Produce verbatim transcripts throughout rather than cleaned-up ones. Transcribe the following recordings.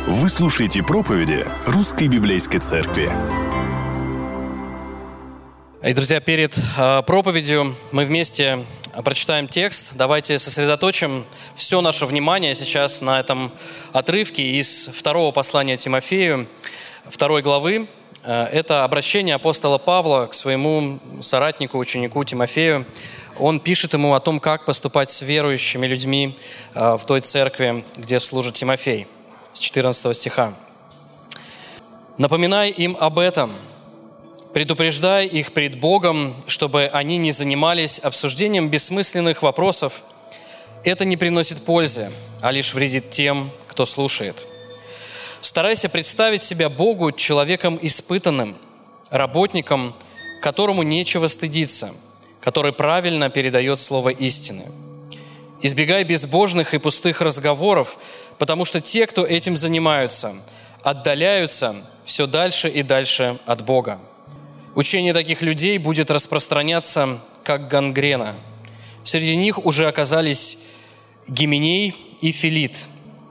Вы слушаете проповеди Русской Библейской Церкви. И, друзья, перед э, проповедью мы вместе прочитаем текст. Давайте сосредоточим все наше внимание сейчас на этом отрывке из второго послания Тимофею, второй главы. Э, это обращение апостола Павла к своему соратнику, ученику Тимофею. Он пишет ему о том, как поступать с верующими людьми э, в той церкви, где служит Тимофей, с четырнадцатого стиха. «Напоминай им об этом, предупреждай их пред Богом, чтобы они не занимались обсуждением бессмысленных вопросов. Это не приносит пользы, а лишь вредит тем, кто слушает. Старайся представить себя Богу человеком испытанным, работником, которому нечего стыдиться, который правильно передает слово истины. Избегай безбожных и пустых разговоров, потому что те, кто этим занимаются, отдаляются все дальше и дальше от Бога. Учение таких людей будет распространяться, как гангрена. Среди них уже оказались Гименей и Филит.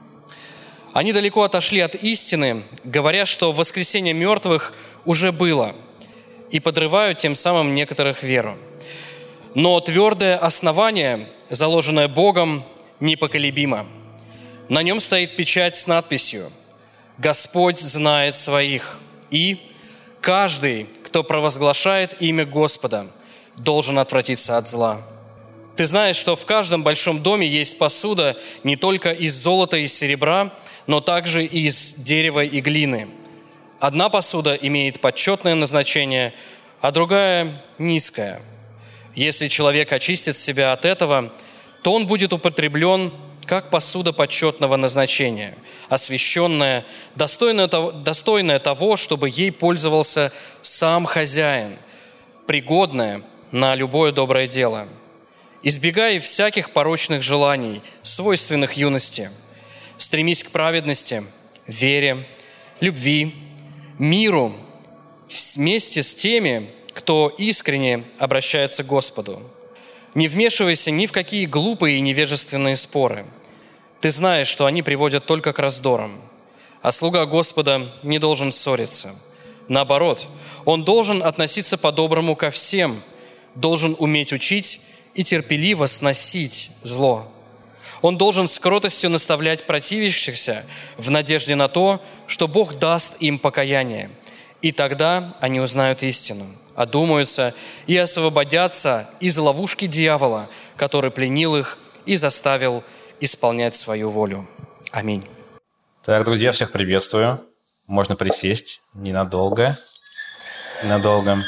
Они далеко отошли от истины, говоря, что воскресение мертвых уже было, и подрывают тем самым некоторых веру. Но твердое основание, заложенное Богом, непоколебимо. На нем стоит печать с надписью «Господь знает своих», и «Каждый, кто провозглашает имя Господа, должен отвратиться от зла». Ты знаешь, что в каждом большом доме есть посуда не только из золота и серебра, но также из дерева и глины. Одна посуда имеет почетное назначение, а другая – низкое. Если человек очистит себя от этого, то он будет употреблен как посуда почетного назначения, освященная, достойная того, достойная того, чтобы ей пользовался сам хозяин, пригодная на любое доброе дело. Избегай всяких порочных желаний, свойственных юности. Стремись к праведности, вере, любви, миру, вместе с теми, кто искренне обращается к Господу. Не вмешивайся ни в какие глупые и невежественные споры. Ты знаешь, что они приводят только к раздорам. А слуга Господа не должен ссориться. Наоборот, он должен относиться по-доброму ко всем, должен уметь учить и терпеливо сносить зло. Он должен с кротостью наставлять противящихся в надежде на то, что Бог даст им покаяние. И тогда они узнают истину, одумаются и освободятся из ловушки дьявола, который пленил их и заставил исполнять свою волю. Аминь. Так, друзья, всех приветствую. Можно присесть ненадолго. Ненадолго.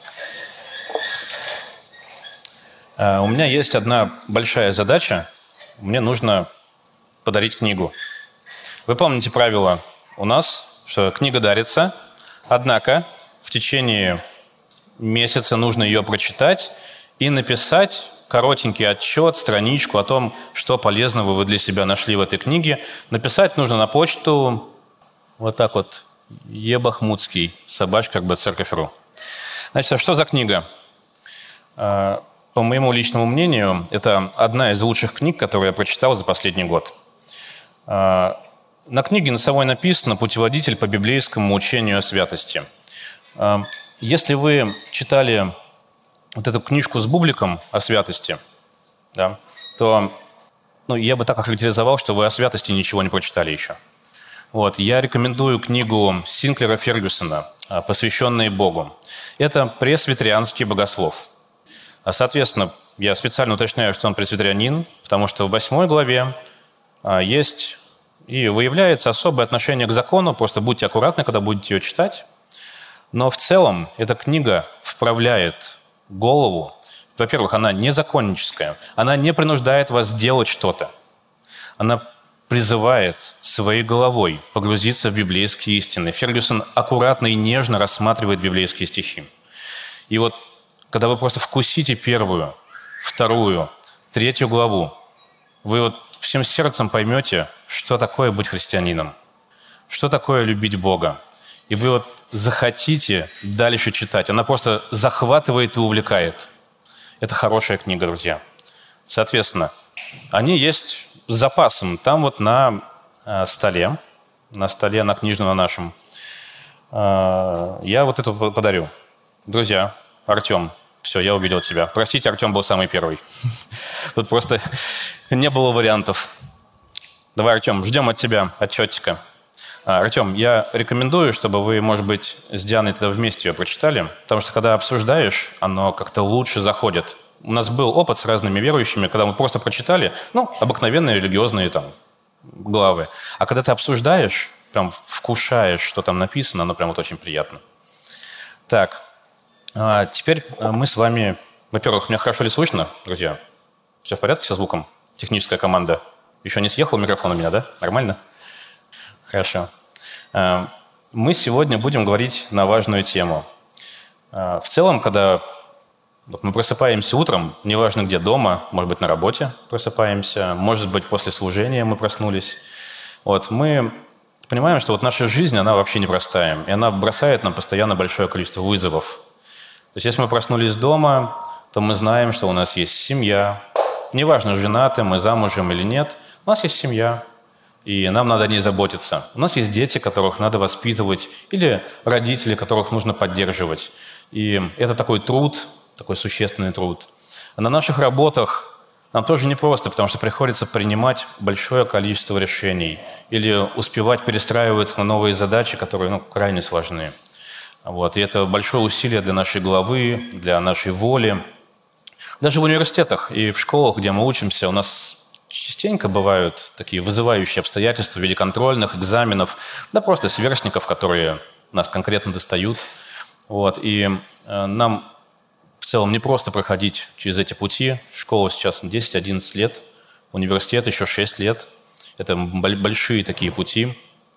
А, у меня есть одна большая задача. Мне нужно подарить книгу. Вы помните правило у нас, что книга дарится, однако в течение месяца нужно ее прочитать и написать коротенький отчет, страничку о том, что полезного вы для себя нашли в этой книге. Написать нужно на почту вот так вот, ебахмутский, собачка, как бы церковь точка ру. Значит, а что за книга? По моему личному мнению, это одна из лучших книг, которую я прочитал за последний год. На книге носовой написано «Путеводитель по библейскому учению о святости». Если вы читали вот эту книжку с бубликом о святости, да, то ну, я бы так охарактеризовал, что вы о святости ничего не прочитали еще. Вот, я рекомендую книгу Синклера Фергюсона «Посвященные Богу». Это пресвитерианский богослов. Соответственно, я специально уточняю, что он пресвитерианин, потому что в восьмой главе есть и выявляется особое отношение к закону, просто будьте аккуратны, когда будете ее читать. Но в целом эта книга вправляет голову. Во-первых, она не законническая, она не принуждает вас делать что-то. Она призывает своей головой погрузиться в библейские истины. Фергюсон аккуратно и нежно рассматривает библейские стихи. И вот, когда вы просто вкусите первую, вторую, третью главу, вы вот всем сердцем поймете, что такое быть христианином, что такое любить Бога. И вы вот захотите дальше читать. Она просто захватывает и увлекает. Это хорошая книга, друзья. Соответственно, они есть с запасом. Там вот на э, столе на столе, на книжном, на нашем. Я вот эту подарю. Друзья, Артем, все, я увидел тебя. Простите, Артем был самый первый. Тут просто не было вариантов. Давай, Артем, ждем от тебя отчетика. Артем, я рекомендую, чтобы вы, может быть, с Дианой тогда вместе ее прочитали, потому что, когда обсуждаешь, оно как-то лучше заходит. У нас был опыт с разными верующими, когда мы просто прочитали, ну, обыкновенные религиозные там главы. А когда ты обсуждаешь, прям вкушаешь, что там написано, оно прям вот очень приятно. Так, а теперь мы с вами... Во-первых, меня хорошо ли слышно, друзья? Все в порядке со звуком? Техническая команда. Еще не съехал микрофон у меня, да? Нормально? Хорошо. Мы сегодня будем говорить на важную тему. В целом, когда вот мы просыпаемся утром, неважно где, дома, может быть, на работе просыпаемся, может быть, после служения мы проснулись, вот, мы понимаем, что вот наша жизнь, она вообще непростая, и она бросает нам постоянно большое количество вызовов. То есть если мы проснулись дома, то мы знаем, что у нас есть семья. Неважно, женаты мы, замужем или нет, у нас есть семья. И нам надо о ней заботиться. У нас есть дети, которых надо воспитывать, или родители, которых нужно поддерживать. И это такой труд, такой существенный труд. А на наших работах нам тоже непросто, потому что приходится принимать большое количество решений или успевать перестраиваться на новые задачи, которые ну, крайне сложны. Вот. И это большое усилие для нашей головы, для нашей воли. Даже в университетах и в школах, где мы учимся, у нас частенько бывают такие вызывающие обстоятельства в виде контрольных, экзаменов, да просто сверстников, которые нас конкретно достают. Вот. И э, нам в целом не просто проходить через эти пути. Школа сейчас десять-одиннадцать лет, университет еще шесть лет. Это большие такие пути.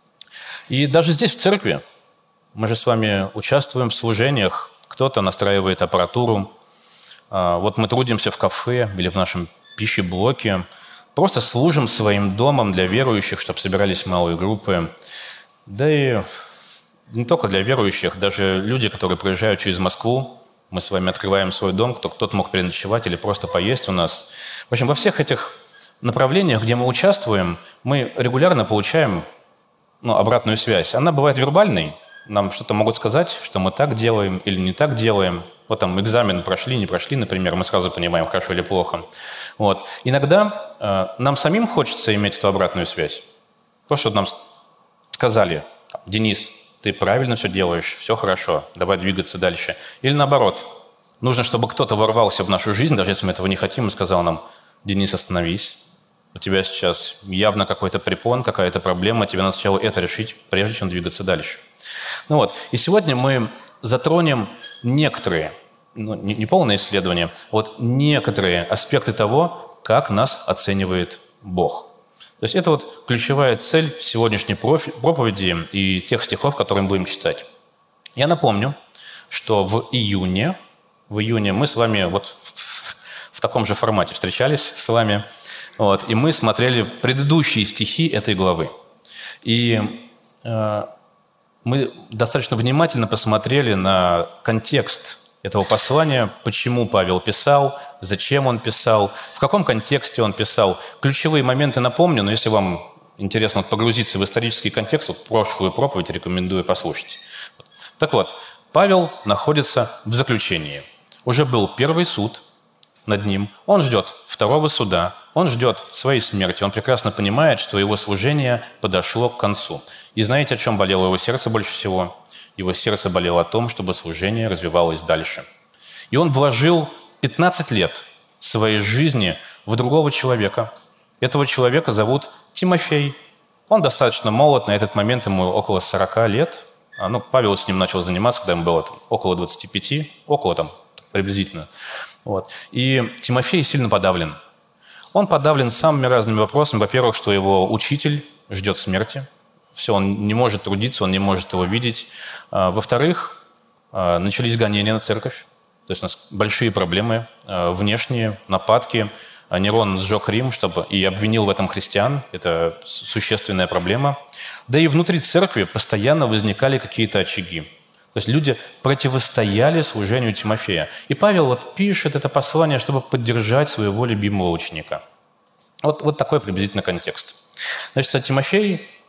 И даже здесь, в церкви, мы же с вами участвуем в служениях. Кто-то настраивает аппаратуру. Э, вот мы трудимся в кафе или в нашем пищеблоке. Просто служим своим домом для верующих, чтобы собирались малые группы. Да и не только для верующих, даже люди, которые приезжают через Москву, мы с вами открываем свой дом, кто-то мог переночевать или просто поесть у нас. В общем, во всех этих направлениях, где мы участвуем, мы регулярно получаем ну, обратную связь. Она бывает вербальной. Нам что-то могут сказать, что мы так делаем или не так делаем. Вот там экзамен прошли, не прошли, например, мы сразу понимаем, хорошо или плохо. Вот. Иногда э, нам самим хочется иметь эту обратную связь. То, что нам сказали, Денис, ты правильно все делаешь, все хорошо, давай двигаться дальше. Или наоборот, нужно, чтобы кто-то ворвался в нашу жизнь, даже если мы этого не хотим, и сказал нам, Денис, остановись, у тебя сейчас явно какой-то препон, какая-то проблема, тебе надо сначала это решить, прежде чем двигаться дальше. Ну вот, и сегодня мы затронем некоторые, ну, не, не полное исследование, а вот некоторые аспекты того, как нас оценивает Бог. То есть это вот ключевая цель сегодняшней проповеди и тех стихов, которые мы будем читать. Я напомню, что в июне, в июне мы с вами вот в, в таком же формате встречались с вами, вот, и мы смотрели предыдущие стихи этой главы. И э, мы достаточно внимательно посмотрели на контекст этого послания, почему Павел писал, зачем он писал, в каком контексте он писал. Ключевые моменты напомню, но если вам интересно погрузиться в исторический контекст, вот прошлую проповедь рекомендую послушать. Так вот, Павел находится в заключении. Уже был первый суд над ним, он ждет второго суда, он ждет своей смерти, он прекрасно понимает, что его служение подошло к концу. И знаете, о чем болело его сердце больше всего? Его сердце болело о том, чтобы служение развивалось дальше. И он вложил пятнадцать лет своей жизни в другого человека. Этого человека зовут Тимофей. Он достаточно молод, на этот момент ему около сорока лет. Ну, Павел с ним начал заниматься, когда ему было там, около двадцати пяти, около там приблизительно. Вот. И Тимофей сильно подавлен. Он подавлен самыми разными вопросами. Во-первых, что его учитель ждет смерти. Все, он не может трудиться, он не может его видеть. Во-вторых, начались гонения на церковь. То есть у нас большие проблемы, внешние нападки. Нерон сжег Рим, чтобы и обвинил в этом христиан. Это существенная проблема. Да и внутри церкви постоянно возникали какие-то очаги. То есть люди противостояли служению Тимофея. И Павел вот пишет это послание, чтобы поддержать своего любимого ученика. Вот, вот такой приблизительно контекст. Значит, Тимофей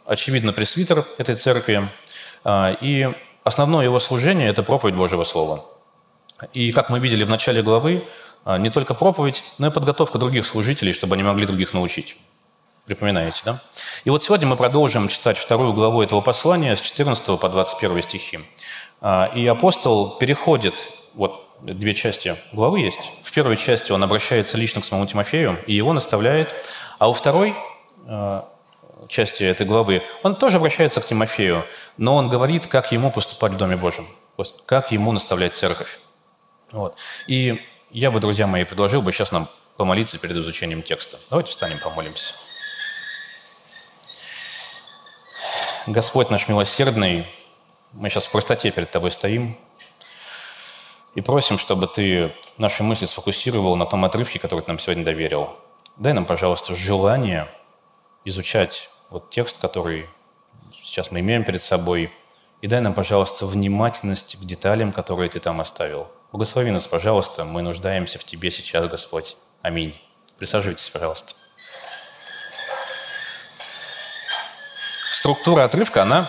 очевидно, пресвитер этой церкви, и основное его служение – это проповедь Божьего Слова. И, как мы видели в начале главы, не только проповедь, но и подготовка других служителей, чтобы они могли других научить. Припоминаете, да? И вот сегодня мы продолжим читать вторую главу этого послания с четырнадцатого по двадцать первый стихи. И апостол переходит, вот две части главы есть. В первой части он обращается лично к самому Тимофею и его наставляет, а во второй части этой главы он тоже обращается к Тимофею, но он говорит, как ему поступать в Доме Божьем, как ему наставлять церковь. Вот. И я бы, друзья мои, предложил бы сейчас нам помолиться перед изучением текста. Давайте встанем, помолимся. Господь наш милосердный, мы сейчас в простоте перед Тобой стоим и просим, чтобы Ты наши мысли сфокусировал на том отрывке, который Ты нам сегодня доверил. Дай нам, пожалуйста, желание изучать вот текст, который сейчас мы имеем перед собой, и дай нам, пожалуйста, внимательность к деталям, которые Ты там оставил. Благослови нас, пожалуйста, мы нуждаемся в Тебе сейчас, Господь. Аминь. Присаживайтесь, пожалуйста. Структура отрывка, она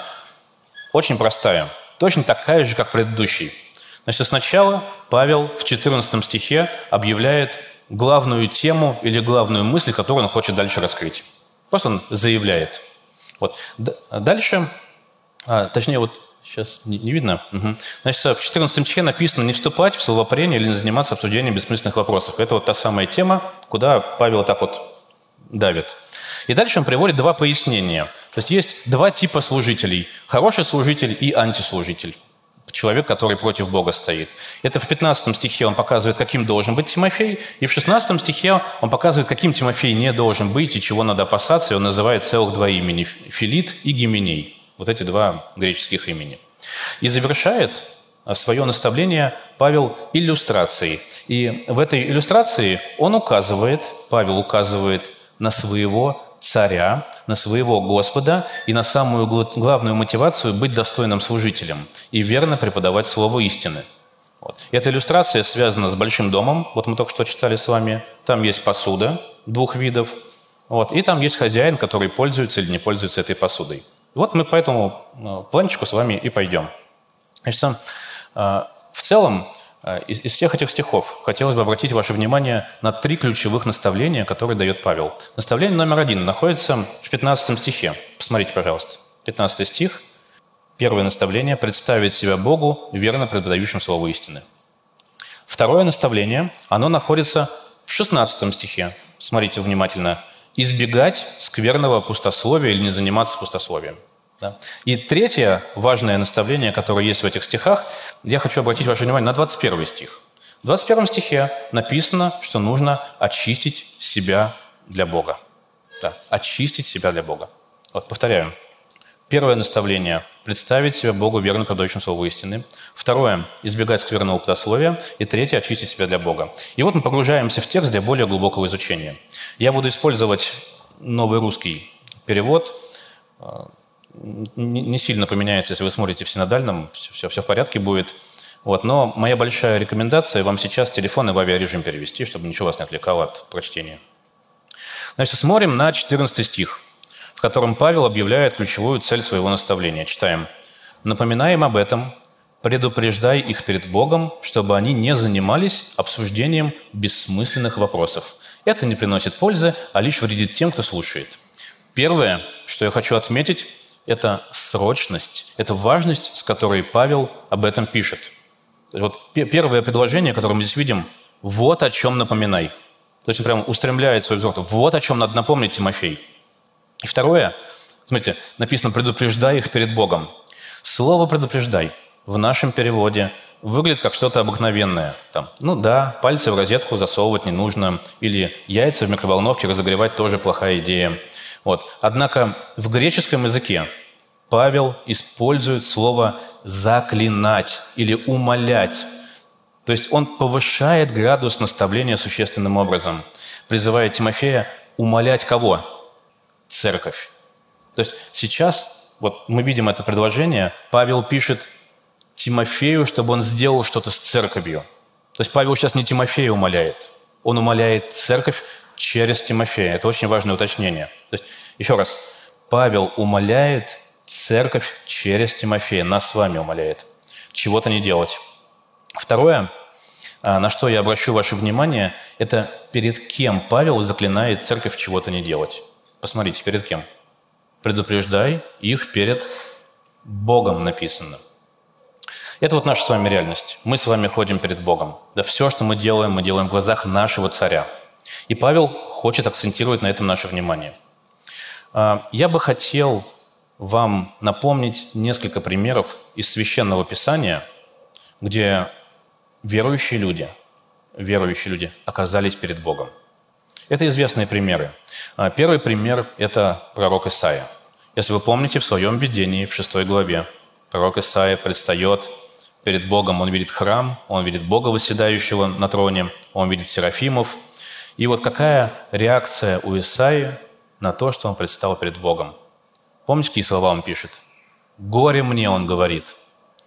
очень простая, точно такая же, как предыдущий. Значит, сначала Павел в четырнадцатом стихе объявляет главную тему или главную мысль, которую он хочет дальше раскрыть. Просто он заявляет. Вот. Дальше, а, точнее, вот сейчас не, не видно. Угу. Значит, в четырнадцатом стихе написано «не вступать в словопрение или не заниматься обсуждением бессмысленных вопросов». Это вот та самая тема, куда Павел так вот давит. И дальше он приводит два пояснения. То есть есть два типа служителей. Хороший служитель и антислужитель. Человек, который против Бога стоит. Это в пятнадцатом стихе он показывает, каким должен быть Тимофей. И в шестнадцатом стихе он показывает, каким Тимофей не должен быть и чего надо опасаться. И он называет целых два имени – Филит и Гименей. Вот эти два греческих имени. И завершает свое наставление Павел иллюстрацией. И в этой иллюстрации он указывает, Павел указывает на своего царя, на своего Господа и на самую главную мотивацию быть достойным служителем и верно преподавать слово истины. Вот. Эта иллюстрация связана с большим домом, вот мы только что читали с вами, там есть посуда двух видов, вот, и там есть хозяин, который пользуется или не пользуется этой посудой. И вот мы по этому планчику с вами и пойдем. Значит, в целом, Из, из всех этих стихов хотелось бы обратить ваше внимание на три ключевых наставления, которые дает Павел. Наставление номер один находится в пятнадцатом стихе. Посмотрите, пожалуйста. пятнадцатый стих. Первое наставление – представить себя Богу, верно преподающим слово истины. Второе наставление, оно находится в шестнадцатом стихе. Смотрите внимательно. Избегать скверного пустословия или не заниматься пустословием. Да. И третье важное наставление, которое есть в этих стихах, я хочу обратить ваше внимание на двадцать первый стих. В двадцать первом стихе написано, что нужно очистить себя для Бога. Да, очистить себя для Бога. Вот, повторяю. Первое наставление – представить себя Богу верно преподающим слову истины. Второе – избегать скверного пустословия. И третье – очистить себя для Бога. И вот мы погружаемся в текст для более глубокого изучения. Я буду использовать новый русский перевод. Не сильно поменяется, если вы смотрите в синодальном, все, все в порядке будет. Вот. Но моя большая рекомендация вам сейчас телефон и в авиарежим перевести, чтобы ничего вас не отвлекало от прочтения. Значит, смотрим на четырнадцатый стих, в котором Павел объявляет ключевую цель своего наставления. Читаем. «Напоминаем об этом, предупреждай их перед Богом, чтобы они не занимались обсуждением бессмысленных вопросов. Это не приносит пользы, а лишь вредит тем, кто слушает». Первое, что я хочу отметить, это срочность, это важность, с которой Павел об этом пишет. Вот первое предложение, которое мы здесь видим, вот о чем напоминай. То есть он прямо устремляет свой взор. Вот о чем надо напомнить, Тимофей. И второе, смотрите, написано «предупреждай их перед Богом». Слово «предупреждай» в нашем переводе выглядит как что-то обыкновенное. Там, ну да, пальцы в розетку засовывать не нужно, или яйца в микроволновке разогревать тоже плохая идея. Вот. Однако в греческом языке Павел использует слово «заклинать» или «умолять». То есть он повышает градус наставления существенным образом, призывая Тимофея умолять кого? Церковь. То есть сейчас, вот мы видим это предложение, Павел пишет Тимофею, чтобы он сделал что-то с церковью. То есть Павел сейчас не Тимофея умоляет, он умоляет церковь через Тимофея. Это очень важное уточнение. То есть, еще раз, Павел умоляет церковь через Тимофея, нас с вами умоляет, чего-то не делать. Второе, на что я обращу ваше внимание, это перед кем Павел заклинает церковь чего-то не делать. Посмотрите, перед кем? Предупреждай их перед Богом написано. Это вот наша с вами реальность. Мы с вами ходим перед Богом. Да все, что мы делаем, мы делаем в глазах нашего царя. И Павел хочет акцентировать на этом наше внимание. Я бы хотел вам напомнить несколько примеров из Священного Писания, где верующие люди, верующие люди оказались перед Богом. Это известные примеры. Первый пример – это пророк Исаия. Если вы помните, в своем видении, в шестой главе, пророк Исаия предстает перед Богом, он видит храм, он видит Бога, восседающего на троне, он видит серафимов. И вот какая реакция у Исаии на то, что он предстал перед Богом? Помните, какие слова он пишет? «Горе мне», он говорит,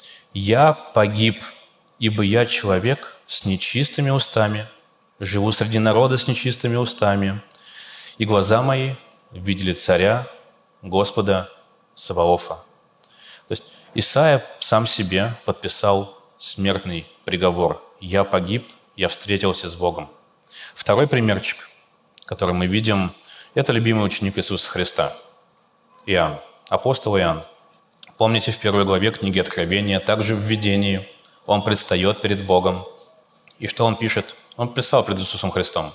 «я погиб, ибо я человек с нечистыми устами, живу среди народа с нечистыми устами, и глаза мои видели царя, Господа Саваофа». То есть Исаия сам себе подписал смертный приговор. «Я погиб, я встретился с Богом». Второй примерчик, который мы видим, это любимый ученик Иисуса Христа, Иоанн, апостол Иоанн. Помните, в первой главе книги Откровения, также в видении, он предстает перед Богом. И что он пишет? Он писал пред Иисусом Христом.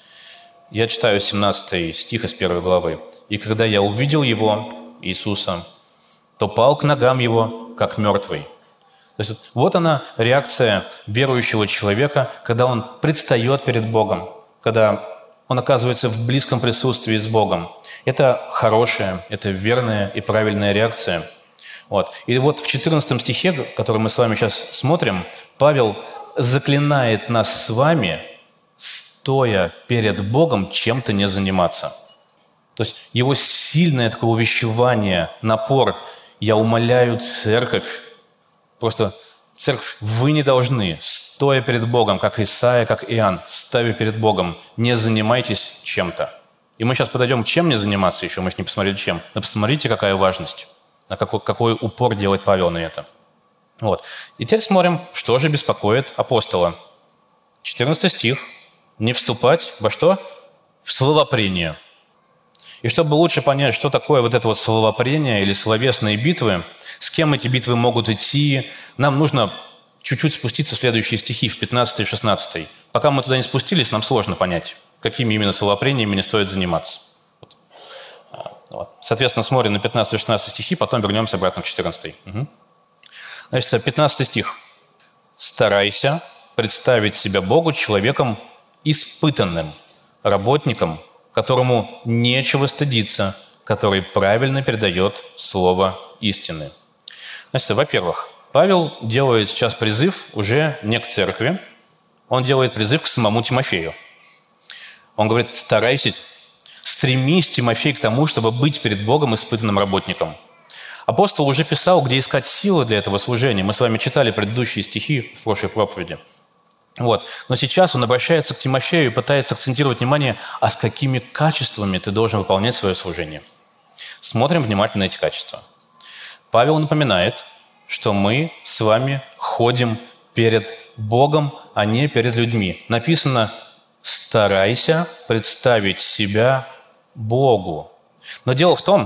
Я читаю семнадцатый стих из первой главы. «И когда я увидел его, Иисуса, то пал к ногам его, как мертвый». То есть вот она реакция верующего человека, когда он предстает перед Богом, когда он оказывается в близком присутствии с Богом. Это хорошая, это верная и правильная реакция. Вот. И вот в четырнадцатом стихе, который мы с вами сейчас смотрим, Павел заклинает нас с вами, стоя перед Богом, чем-то не заниматься. То есть его сильное такое увещевание, напор: «Я умоляю церковь, просто церковь, вы не должны, стоя перед Богом, как Исаия, как Иоанн, ставя перед Богом, не занимайтесь чем-то». И мы сейчас подойдем, чем не заниматься еще, мы же не посмотрели, чем. Но посмотрите, какая важность, на какой, какой упор делает Павел на это. Вот. И теперь смотрим, что же беспокоит апостола. четырнадцатый стих. «Не вступать во что? В словопрение». И чтобы лучше понять, что такое вот это вот словопрение или словесные битвы, с кем эти битвы могут идти, нам нужно чуть-чуть спуститься в следующие стихи, в пятнадцатый и шестнадцатый. Пока мы туда не спустились, нам сложно понять, какими именно словопрениями не стоит заниматься. Вот. Вот. Соответственно, смотрим на пятнадцатый и шестнадцатый стихи, потом вернемся обратно в четырнадцатый. Угу. Значит, пятнадцатый стих. «Старайся представить себя Богу человеком испытанным, работником, которому нечего стыдиться, который правильно передает слово истины». Значит, во-первых, Павел делает сейчас призыв уже не к церкви, он делает призыв к самому Тимофею. Он говорит: старайся, стремись, Тимофей, к тому, чтобы быть перед Богом испытанным работником. Апостол уже писал, где искать силы для этого служения. Мы с вами читали предыдущие стихи в прошлой проповеди. Вот. Но сейчас он обращается к Тимофею и пытается акцентировать внимание, а с какими качествами ты должен выполнять свое служение. Смотрим внимательно на эти качества. Павел напоминает, что мы с вами ходим перед Богом, а не перед людьми. Написано: «Старайся представить себя Богу». Но дело в том,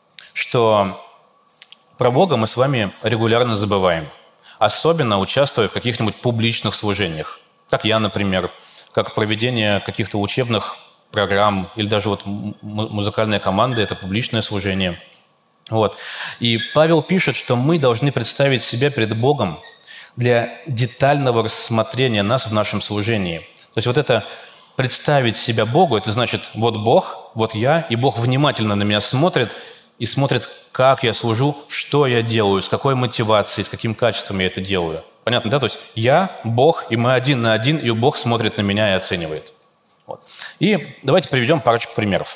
что про Бога мы с вами регулярно забываем, особенно участвуя в каких-нибудь публичных служениях. Как я, например, как проведение каких-то учебных программ, или даже вот музыкальная команда – это публичное служение. Вот. И Павел пишет, что мы должны представить себя перед Богом для детального рассмотрения нас в нашем служении. То есть вот это представить себя Богу – это значит, вот Бог, вот я, и Бог внимательно на меня смотрит и смотрит, как я служу, что я делаю, с какой мотивацией, с каким качеством я это делаю. Понятно, да? То есть я, Бог, и мы один на один, и Бог смотрит на меня и оценивает. Вот. И давайте приведем парочку примеров,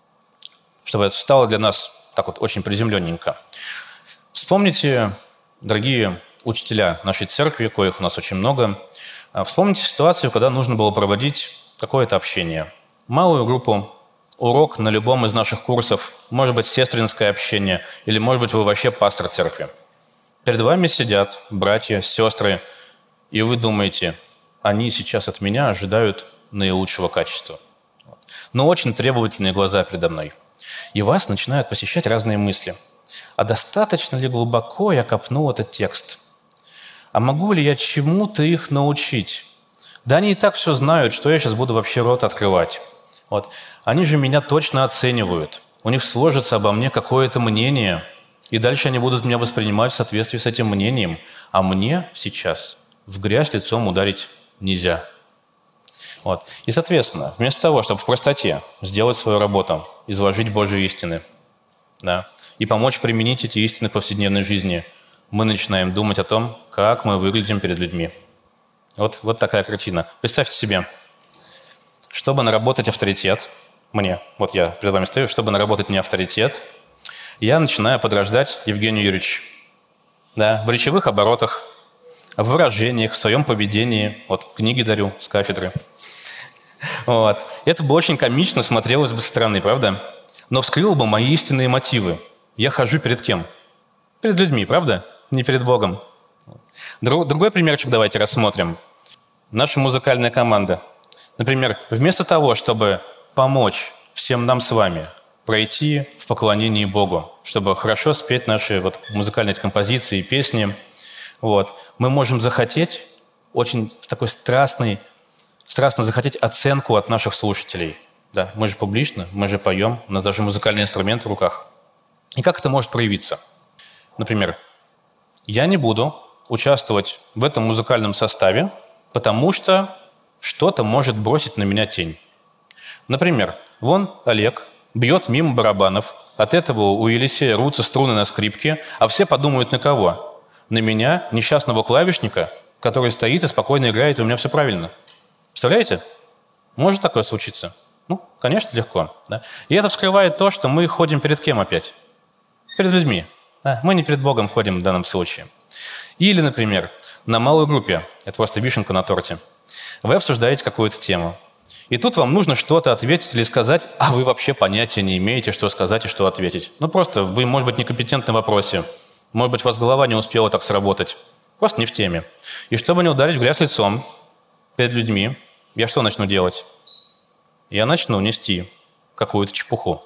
чтобы это стало для нас так вот очень приземленненько. Вспомните, дорогие учителя нашей церкви, коих у нас очень много, вспомните ситуацию, когда нужно было проводить какое-то общение. Малую группу, урок на любом из наших курсов, может быть, сестринское общение, или, может быть, вы вообще пастор церкви. Перед вами сидят братья, сестры, и вы думаете, они сейчас от меня ожидают наилучшего качества. Но очень требовательные глаза передо мной. И вас начинают посещать разные мысли. А достаточно ли глубоко я копнул этот текст? А могу ли я чему-то их научить? Да они и так все знают, что я сейчас буду вообще рот открывать. Вот. Они же меня точно оценивают. У них сложится обо мне какое-то мнение, и дальше они будут меня воспринимать в соответствии с этим мнением. А мне сейчас в грязь лицом ударить нельзя. Вот. И, соответственно, вместо того, чтобы в простоте сделать свою работу, изложить Божьи истины, да, и помочь применить эти истины в повседневной жизни, мы начинаем думать о том, как мы выглядим перед людьми. Вот, вот такая картина. Представьте себе, чтобы наработать авторитет, мне, вот я перед вами стою, чтобы наработать мне авторитет, я начинаю подражать Евгению Юрьевичу. Да, в речевых оборотах, в выражениях, в своем поведении. Вот книги дарю с кафедры. Вот. Это бы очень комично смотрелось бы со стороны, правда? Но вскрыло бы мои истинные мотивы. Я хожу перед кем? Перед людьми, правда? Не перед Богом. Друг, другой примерчик давайте рассмотрим. Наша музыкальная команда. Например, вместо того, чтобы помочь всем нам с вами пройти в поклонении Богу, чтобы хорошо спеть наши вот музыкальные композиции, песни, вот, мы можем захотеть, очень такой страстный, страстно захотеть оценку от наших слушателей. Да, мы же публично, мы же поем, у нас даже музыкальный инструмент в руках. И как это может проявиться? Например, я не буду участвовать в этом музыкальном составе, потому что что-то может бросить на меня тень. Например, вон Олег бьет мимо барабанов, от этого у Елисея рвутся струны на скрипке, а все подумают на кого? На меня, несчастного клавишника, который стоит и спокойно играет, и у меня все правильно. Представляете? Может такое случиться? Ну, конечно, легко. Да? И это вскрывает то, что мы ходим перед кем опять? Перед людьми. Да? Мы не перед Богом ходим в данном случае. Или, например, на малой группе, это просто вишенка на торте, вы обсуждаете какую-то тему. И тут вам нужно что-то ответить или сказать, а вы вообще понятия не имеете, что сказать и что ответить. Ну, просто вы, может быть, некомпетентны в вопросе. Может быть, у вас голова не успела так сработать. Просто не в теме. И чтобы не ударить в грязь лицом перед людьми, я что начну делать? Я начну нести какую-то чепуху.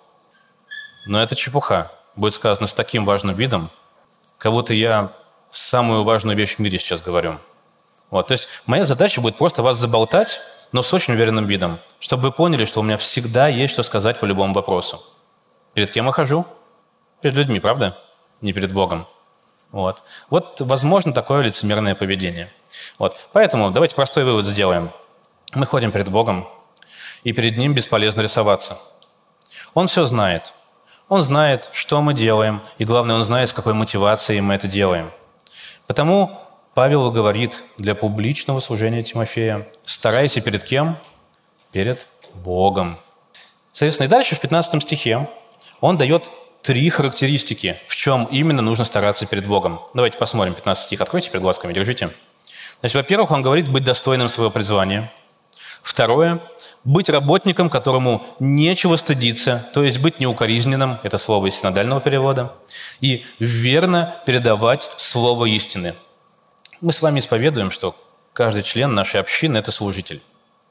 Но эта чепуха будет сказана с таким важным видом, как будто я самую важную вещь в мире сейчас говорю. Вот, то есть моя задача будет просто вас заболтать, но с очень уверенным видом, чтобы вы поняли, что у меня всегда есть что сказать по любому вопросу. Перед кем я хожу? Перед людьми, правда? Не перед Богом. Вот, вот возможно, такое лицемерное поведение. Вот. Поэтому давайте простой вывод сделаем. Мы ходим перед Богом, и перед Ним бесполезно рисоваться. Он все знает. Он знает, что мы делаем, и главное, Он знает, с какой мотивацией мы это делаем. Потому Павел говорит для публичного служения Тимофея: старайся перед кем? Перед Богом. Соответственно, и дальше в пятнадцатом стихе он дает три характеристики, в чем именно нужно стараться перед Богом. Давайте посмотрим пятнадцатый стих. Откройте перед глазками, держите. Значит, во-первых, он говорит быть достойным своего призвания. Второе – быть работником, которому нечего стыдиться, то есть быть неукоризненным, это слово из синодального перевода, и верно передавать слово истины. Мы с вами исповедуем, что каждый член нашей общины – это служитель.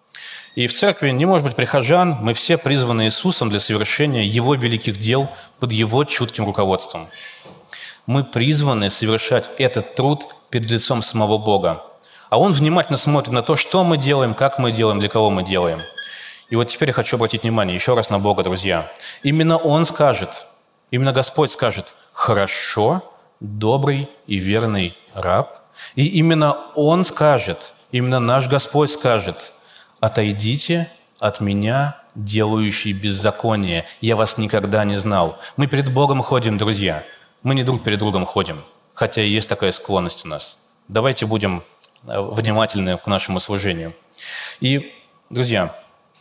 И в церкви не может быть прихожан, мы все призваны Иисусом для совершения Его великих дел под Его чутким руководством. Мы призваны совершать этот труд перед лицом самого Бога. А Он внимательно смотрит на то, что мы делаем, как мы делаем, для кого мы делаем. И вот теперь я хочу обратить внимание еще раз на Бога, друзья. Именно Он скажет, именно Господь скажет: «Хорошо, добрый и верный раб». И именно Он скажет, именно наш Господь скажет: «Отойдите от меня, делающие беззаконие, я вас никогда не знал». Мы перед Богом ходим, друзья. Мы не друг перед другом ходим, хотя и есть такая склонность у нас. Давайте будем внимательны к нашему служению. И, друзья,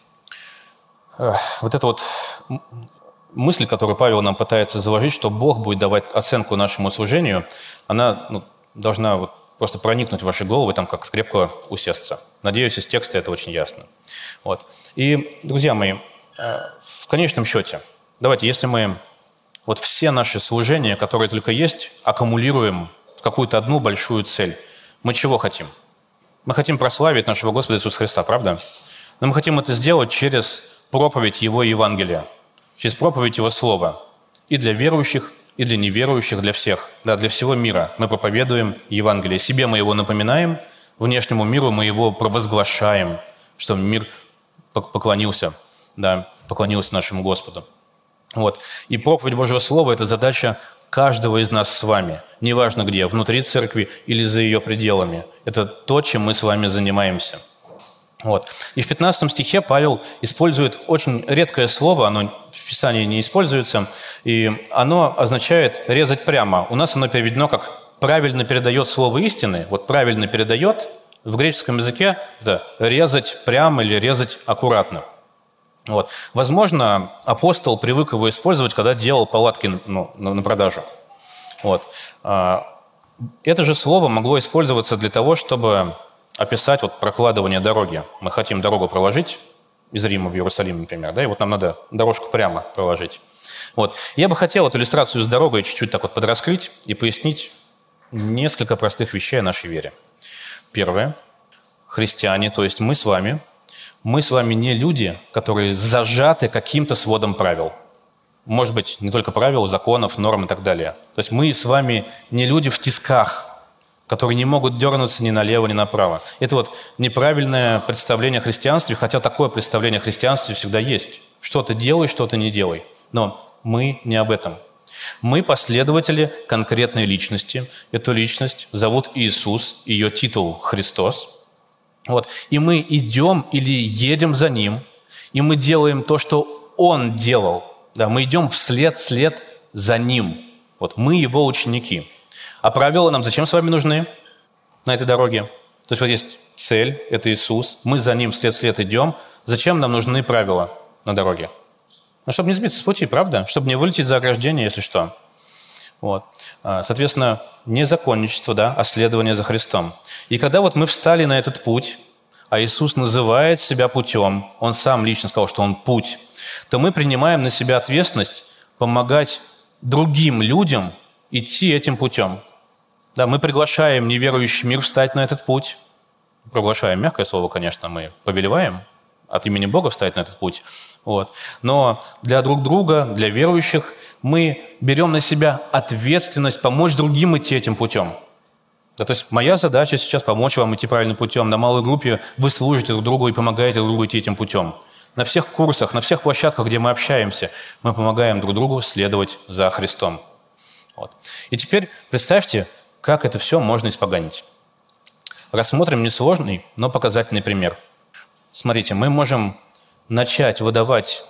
вот эта вот мысль, которую Павел нам пытается заложить, что Бог будет давать оценку нашему служению, она ну, должна вот просто проникнуть в ваши головы, там как крепко усесться. Надеюсь, из текста это очень ясно. Вот. И, друзья мои, в в конечном счете, давайте, если мы вот все наши служения, которые только есть, аккумулируем в какую-то одну большую цель, мы чего хотим? Мы хотим прославить нашего Господа Иисуса Христа, правда? Но мы хотим это сделать через проповедь Его Евангелия, через проповедь Его Слова. И для верующих, и для неверующих, для всех, да, для всего мира мы проповедуем Евангелие. Себе мы его напоминаем, внешнему миру мы его провозглашаем, что мир поклонился, да, поклонился нашему Господу. Вот. И проповедь Божьего Слова – это задача каждого из нас с вами. Неважно где, внутри церкви или за ее пределами. Это то, чем мы с вами занимаемся. Вот. И в пятнадцатом стихе Павел использует очень редкое слово, оно в Писании не используется, и оно означает «резать прямо». У нас оно переведено как «правильно передает слово истины». Вот «правильно передает» в греческом языке – это «резать прямо» или «резать аккуратно». Вот. Возможно, апостол привык его использовать, когда делал палатки ну, на продажу. Вот. Это же слово могло использоваться для того, чтобы описать вот прокладывание дороги. Мы хотим дорогу проложить из Рима в Иерусалим, например, да, и вот нам надо дорожку прямо проложить. Вот. Я бы хотел эту иллюстрацию с дорогой чуть-чуть так вот подраскрыть и пояснить несколько простых вещей о нашей вере. Первое. Христиане, то есть мы с вами, мы с вами не люди, которые зажаты каким-то сводом правил. Может быть, не только правил, законов, норм и так далее. То есть мы с вами не люди в тисках, которые не могут дернуться ни налево, ни направо. Это вот неправильное представление о христианстве, хотя такое представление о христианстве всегда есть. Что-то делай, что-то не делай. Но мы не об этом. Мы последователи конкретной личности. Эту личность зовут Иисус, ее титул Христос. Вот. И мы идем или едем за Ним, и мы делаем то, что Он делал. Да, мы идем вслед-вслед за Ним. Вот. Мы Его ученики. А правила нам зачем с вами нужны на этой дороге? То есть вот есть цель, это Иисус, мы за Ним вслед-вслед идем. Зачем нам нужны правила на дороге? Ну, чтобы не сбиться с пути, правда? Чтобы не вылететь за ограждение, если что. Вот. Соответственно, не законничество, да, а следование за Христом. И когда вот мы встали на этот путь, а Иисус называет себя путем, Он сам лично сказал, что Он путь, то мы принимаем на себя ответственность помогать другим людям идти этим путем. Да, мы приглашаем неверующий мир встать на этот путь. Приглашаем, мягкое слово, конечно, мы повелеваем от имени Бога встать на этот путь. Вот. Но для друг друга, для верующих, мы берем на себя ответственность помочь другим идти этим путем. Да, то есть моя задача сейчас помочь вам идти правильным путем. На малой группе вы служите друг другу и помогаете друг другу идти этим путем. На всех курсах, на всех площадках, где мы общаемся, мы помогаем друг другу следовать за Христом. Вот. И теперь представьте, как это все можно испоганить. Рассмотрим несложный, но показательный пример. Смотрите, мы можем начать выдавать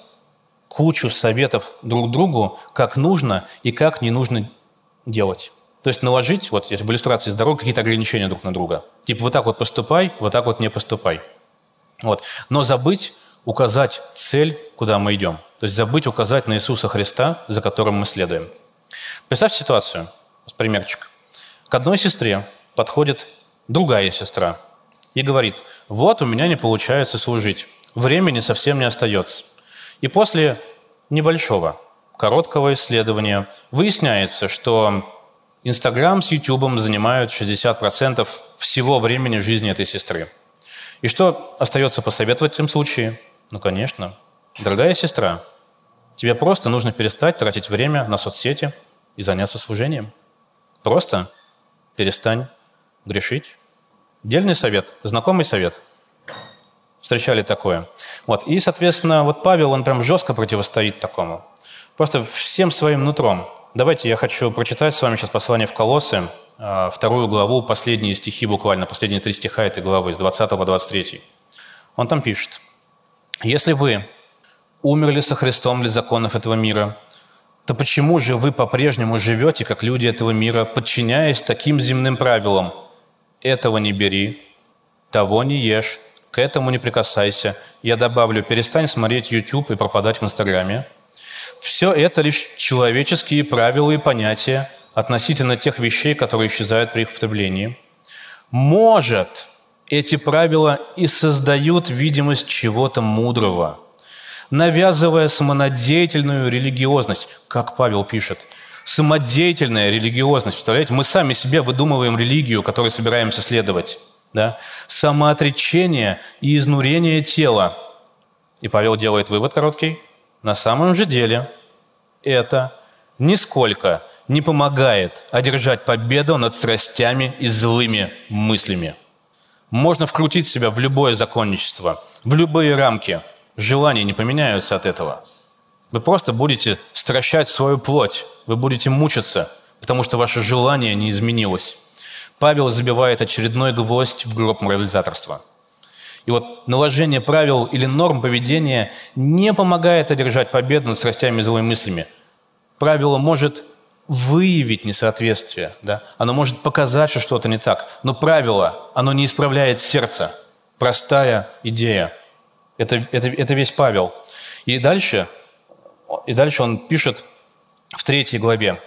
кучу советов друг другу, как нужно и как не нужно делать. То есть наложить, вот в иллюстрации с дорогой, какие-то ограничения друг на друга. Типа вот так вот поступай, вот так вот не поступай. Вот. Но забыть указать цель, куда мы идем. То есть забыть указать на Иисуса Христа, за которым мы следуем. Представьте ситуацию, примерчик. К одной сестре подходит другая сестра и говорит: вот у меня не получается служить, времени совсем не остается. И после небольшого, короткого исследования выясняется, что Инстаграм с Ютубом занимают шестьдесят процентов всего времени в жизни этой сестры. И что остается посоветовать в этом случае? Ну, конечно, дорогая сестра, тебе просто нужно перестать тратить время на соцсети и заняться служением. Просто перестань грешить. Дельный совет, знакомый совет. Встречали такое. Вот. И, соответственно, вот Павел, он прям жестко противостоит такому. Просто всем своим нутром. Давайте я хочу прочитать с вами сейчас послание в Колоссы, вторую главу, последние стихи буквально, последние три стиха этой главы, с двадцатого по двадцать третий. Он там пишет: «Если вы умерли со Христом для законов этого мира, то почему же вы по-прежнему живете, как люди этого мира, подчиняясь таким земным правилам? Этого не бери, того не ешь, к этому не прикасайся». Я добавлю: перестань смотреть YouTube и пропадать в Инстаграме. Все это лишь человеческие правила и понятия относительно тех вещей, которые исчезают при их употреблении. Может, эти правила и создают видимость чего-то мудрого, навязывая самонадеятельную религиозность, как Павел пишет. Самодеятельная религиозность. Представляете, мы сами себе выдумываем религию, которой собираемся следовать. Да? Самоотречение и изнурение тела. И Павел делает вывод короткий. На самом же деле это нисколько не помогает одержать победу над страстями и злыми мыслями. Можно вкрутить себя в любое законничество, в любые рамки. Желания не поменяются от этого. Вы просто будете стращать свою плоть, вы будете мучиться, потому что ваше желание не изменилось. Павел забивает очередной гвоздь в гроб морализаторства. И вот наложение правил или норм поведения не помогает одержать победу над страстями и злыми мыслями. Правило может выявить несоответствие, да? Оно может показать, что что-то не так, но правило, оно не исправляет сердце. Простая идея. Это, это, это весь Павел. И дальше, и дальше он пишет в третьей главе.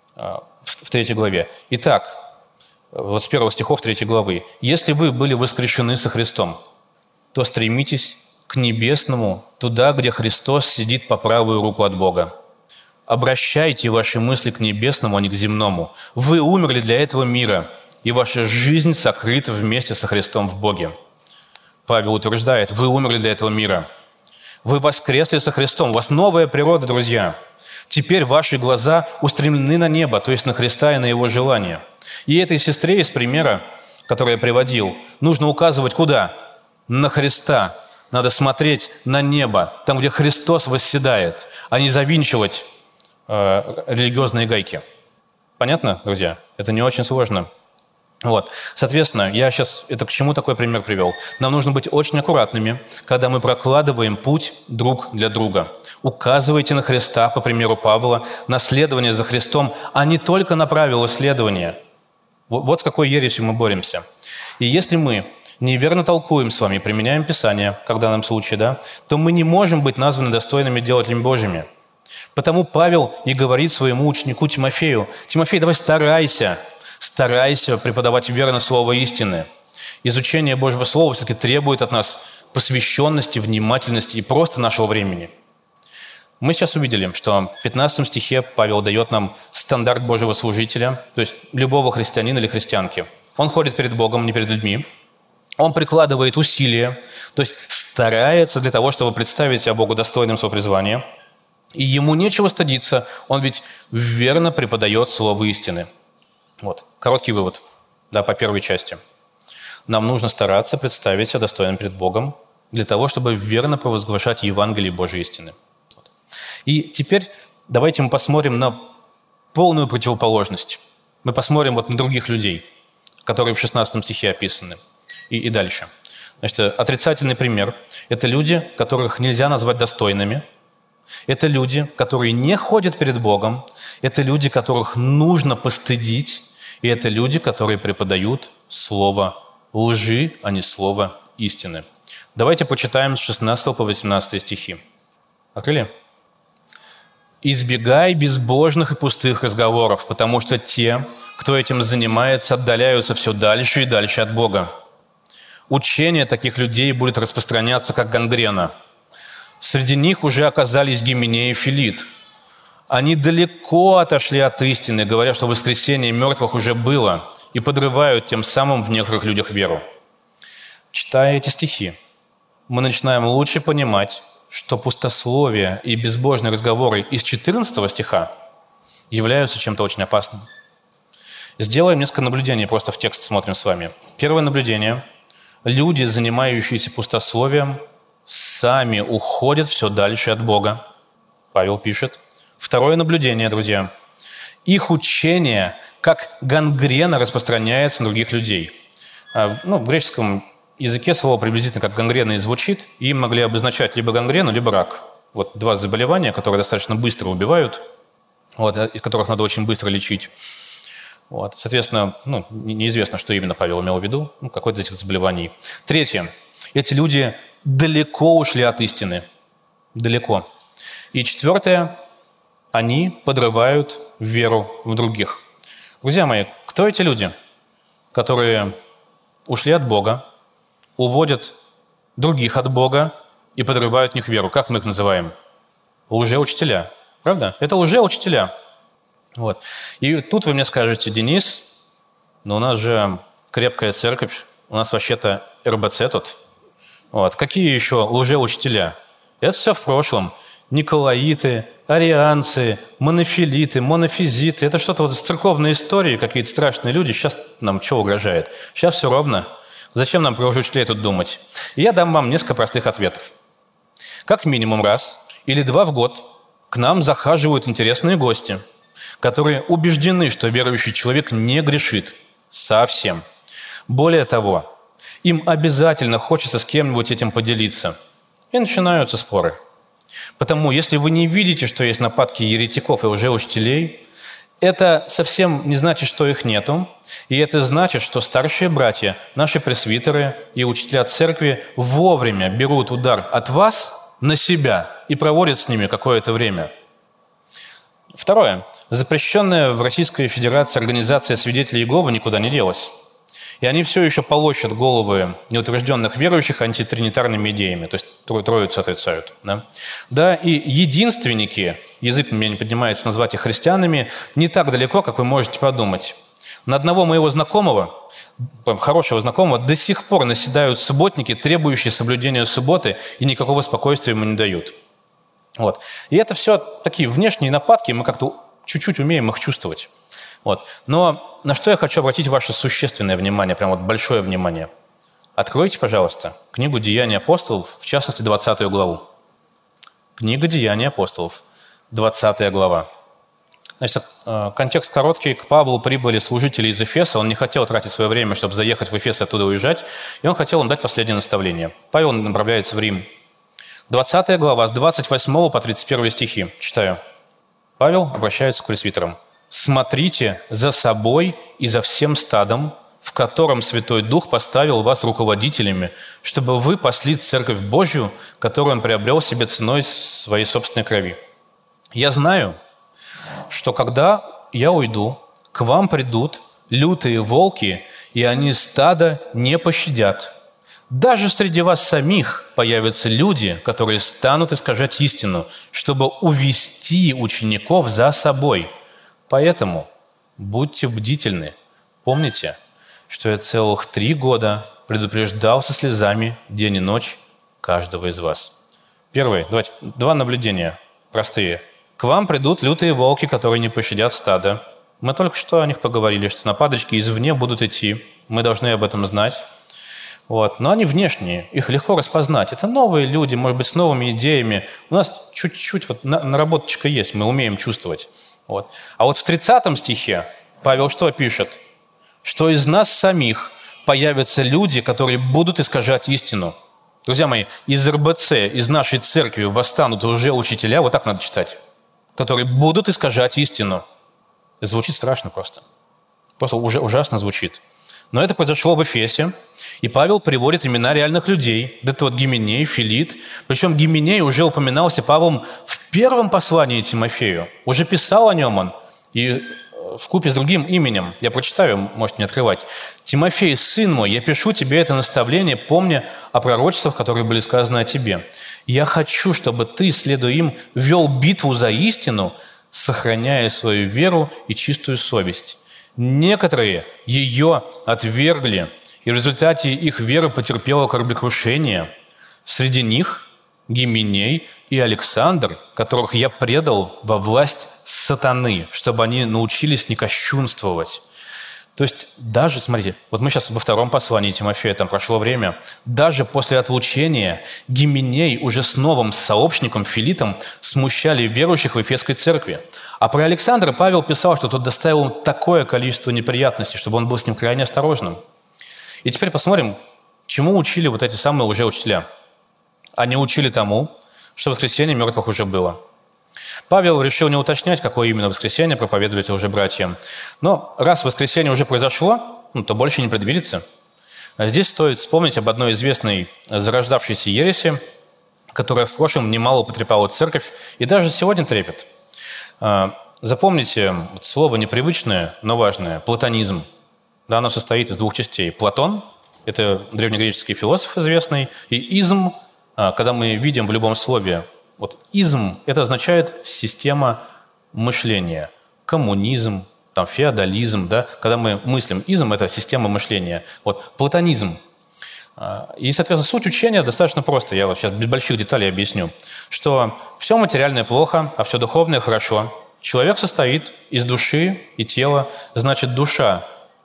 В третьей главе. Итак, вот с первого стихов третьей главы. «Если вы были воскрешены со Христом, то стремитесь к небесному, туда, где Христос сидит по правую руку от Бога. Обращайте ваши мысли к небесному, а не к земному. Вы умерли для этого мира, и ваша жизнь сокрыта вместе со Христом в Боге». Павел утверждает, вы умерли для этого мира. Вы воскресли со Христом. У вас новая природа, друзья. Теперь ваши глаза устремлены на небо, то есть на Христа и на Его желания. И этой сестре из примера, который я приводил, нужно указывать куда? На Христа. Надо смотреть на небо, там, где Христос восседает, а не завинчивать э, религиозные гайки. Понятно, друзья? Это не очень сложно. Вот. Соответственно, я сейчас это к чему такой пример привел? Нам нужно быть очень аккуратными, когда мы прокладываем путь друг для друга. Указывайте на Христа, по примеру Павла, на следование за Христом, а не только на правила следования. Вот с какой ересью мы боремся. И если мы неверно толкуем с вами, применяем Писание, как в данном случае, да, то мы не можем быть названы достойными делателями Божьими. Потому Павел и говорит своему ученику Тимофею: «Тимофей, давай старайся, старайся преподавать верно слово истины». Изучение Божьего Слова все-таки требует от нас посвященности, внимательности и просто нашего времени. Мы сейчас увидели, что в пятнадцатом стихе Павел дает нам стандарт Божьего служителя, то есть любого христианина или христианки. Он ходит перед Богом, не перед людьми. Он прикладывает усилия, то есть старается для того, чтобы представить себя Богу достойным своего призвания. И ему нечего стыдиться, он ведь верно преподает слово истины. Вот, короткий вывод, да, по первой части. Нам нужно стараться представить себя достойным перед Богом для того, чтобы верно провозглашать Евангелие Божьей истины. И теперь давайте мы посмотрим на полную противоположность. Мы посмотрим вот на других людей, которые в шестнадцатом стихе описаны, и, и дальше. Значит, отрицательный пример – это люди, которых нельзя назвать достойными. Это люди, которые не ходят перед Богом. Это люди, которых нужно постыдить. И это люди, которые преподают слово лжи, а не слово истины. Давайте почитаем с шестнадцатого по восемнадцатый стихи. Открыли? «Избегай безбожных и пустых разговоров, потому что те, кто этим занимается, отдаляются все дальше и дальше от Бога. Учение таких людей будет распространяться, как гангрена. Среди них уже оказались Гименей и Филит. Они далеко отошли от истины, говоря, что воскресение мертвых уже было, и подрывают тем самым в некоторых людях веру». Читая эти стихи, мы начинаем лучше понимать, что пустословие и безбожные разговоры из четырнадцатого стиха являются чем-то очень опасным. Сделаем несколько наблюдений, просто в текст смотрим с вами. Первое наблюдение. Люди, занимающиеся пустословием, сами уходят все дальше от Бога. Павел пишет. Второе наблюдение, друзья. Их учение, как гангрена, распространяется на других людей. Ну, в греческом языке слово приблизительно как гангрена и звучит, и им могли обозначать либо гангрену, либо рак. Вот два заболевания, которые достаточно быстро убивают, вот, и которых надо очень быстро лечить. Вот. Соответственно, ну, неизвестно, что именно Павел имел в виду, ну, какое-то из этих заболеваний. Третье. Эти люди далеко ушли от истины. Далеко. И четвертое. Они подрывают веру в других. Друзья мои, кто эти люди, которые ушли от Бога, уводят других от Бога и подрывают в них веру. Как мы их называем? Лжеучителя. Правда? Это лжеучителя. Вот. И тут вы мне скажете: Денис, но у нас же крепкая церковь, у нас вообще-то эр бэ цэ тут. Вот. Какие еще лжеучителя? Это все в прошлом. Николаиты, арианцы, монофилиты, монофизиты. Это что-то вот из церковной истории, какие-то страшные люди. Сейчас нам что угрожает? Сейчас все ровно. Зачем нам про лжеучителей тут думать? И я дам вам несколько простых ответов. Как минимум раз или два в год к нам захаживают интересные гости, которые убеждены, что верующий человек не грешит совсем. Более того, им обязательно хочется с кем-нибудь этим поделиться. И начинаются споры. Потому, если вы не видите, что есть нападки еретиков и лжеучителей, это совсем не значит, что их нету. И это значит, что старшие братья, наши пресвитеры и учителя церкви вовремя берут удар от вас на себя и проводят с ними какое-то время. Второе. Запрещенная в Российской Федерации организация свидетелей Иеговы никуда не делась. И они все еще полощут головы неутвержденных верующих антитринитарными идеями, то есть троицу отрицают. Да? Да, и единственники, язык меня не поднимается назвать их христианами, не так далеко, как вы можете подумать. На одного моего знакомого, хорошего знакомого, до сих пор наседают субботники, требующие соблюдения субботы, и никакого спокойствия ему не дают. Вот. И это все такие внешние нападки, мы как-то чуть-чуть умеем их чувствовать. Вот. Но на что я хочу обратить ваше существенное внимание, прям вот большое внимание. Откройте, пожалуйста, книгу «Деяния апостолов», в частности, двадцатую главу. Книга «Деяния апостолов», двадцатая глава. Значит, контекст короткий. К Павлу прибыли служители из Эфеса. Он не хотел тратить свое время, чтобы заехать в Эфес и оттуда уезжать. И он хотел им дать последнее наставление. Павел направляется в Рим. двадцатая глава, с двадцать восьмого по тридцать первый стихи. Читаю. Павел обращается к пресвитерам. «Смотрите за собой и за всем стадом, в котором Святой Дух поставил вас руководителями, чтобы вы пасли Церковь Божью, которую Он приобрел себе ценой своей собственной крови. Я знаю, что когда я уйду, к вам придут лютые волки, и они стадо не пощадят. Даже среди вас самих появятся люди, которые станут искажать истину, чтобы увести учеников за собой. Поэтому будьте бдительны. Помните, что я целых три года предупреждал со слезами день и ночь каждого из вас». Первое. Давайте, два наблюдения простые. К вам придут лютые волки, которые не пощадят стадо. Мы только что о них поговорили, что нападочки извне будут идти. Мы должны об этом знать. Вот. Но они внешние, их легко распознать. Это новые люди, может быть, с новыми идеями. У нас чуть-чуть вот наработочка есть, мы умеем чувствовать. Вот. А вот в тридцатом стихе Павел что пишет? Что из нас самих появятся люди, которые будут искажать истину. Друзья мои, из эр бэ цэ, из нашей церкви восстанут лжеучителя, вот так надо читать, которые будут искажать истину. Звучит страшно просто. Просто уже ужасно звучит. Но это произошло в Эфесе, и Павел приводит имена реальных людей. Это вот Гименей, Филит. Причем Гименей уже упоминался Павлом в первом послании Тимофею. Уже писал о нем он. И вкупе с другим именем, я прочитаю, можете не открывать. «Тимофей, сын мой, я пишу тебе это наставление, помня о пророчествах, которые были сказаны о тебе. Я хочу, чтобы ты, следуя им, вел битву за истину, сохраняя свою веру и чистую совесть. Некоторые ее отвергли, и в результате их вера потерпела кораблекрушение. Среди них Гименей и Александр, которых я предал во власть сатаны, чтобы они научились не кощунствовать». То есть даже, смотрите, вот мы сейчас во втором послании Тимофея, там прошло время, даже после отлучения Гименей уже с новым сообщником Филитом смущали верующих в Эфесской церкви. А про Александра Павел писал, что тот доставил ему такое количество неприятностей, чтобы он был с ним крайне осторожным. И теперь посмотрим, чему учили вот эти самые лжеучителя. Они учили тому, что воскресение мертвых уже было. Павел решил не уточнять, какое именно воскресение проповедовать лжебратьям. Но раз воскресение уже произошло, ну, то больше не предвидится. А здесь стоит вспомнить об одной известной зарождавшейся ереси, которая в прошлом немало потрепала церковь и даже сегодня трепет. Запомните слово непривычное, но важное – платонизм. Да, оно состоит из двух частей. Платон – это древнегреческий философ известный, и изм когда мы видим в любом слове, вот изм, это означает система мышления, коммунизм, там, феодализм, да, когда мы мыслим, изм – это система мышления, вот, платонизм. И, соответственно, суть учения достаточно проста, я вот сейчас без больших деталей объясню, что все материальное плохо, а все духовное хорошо. Человек состоит из души и тела, значит, душа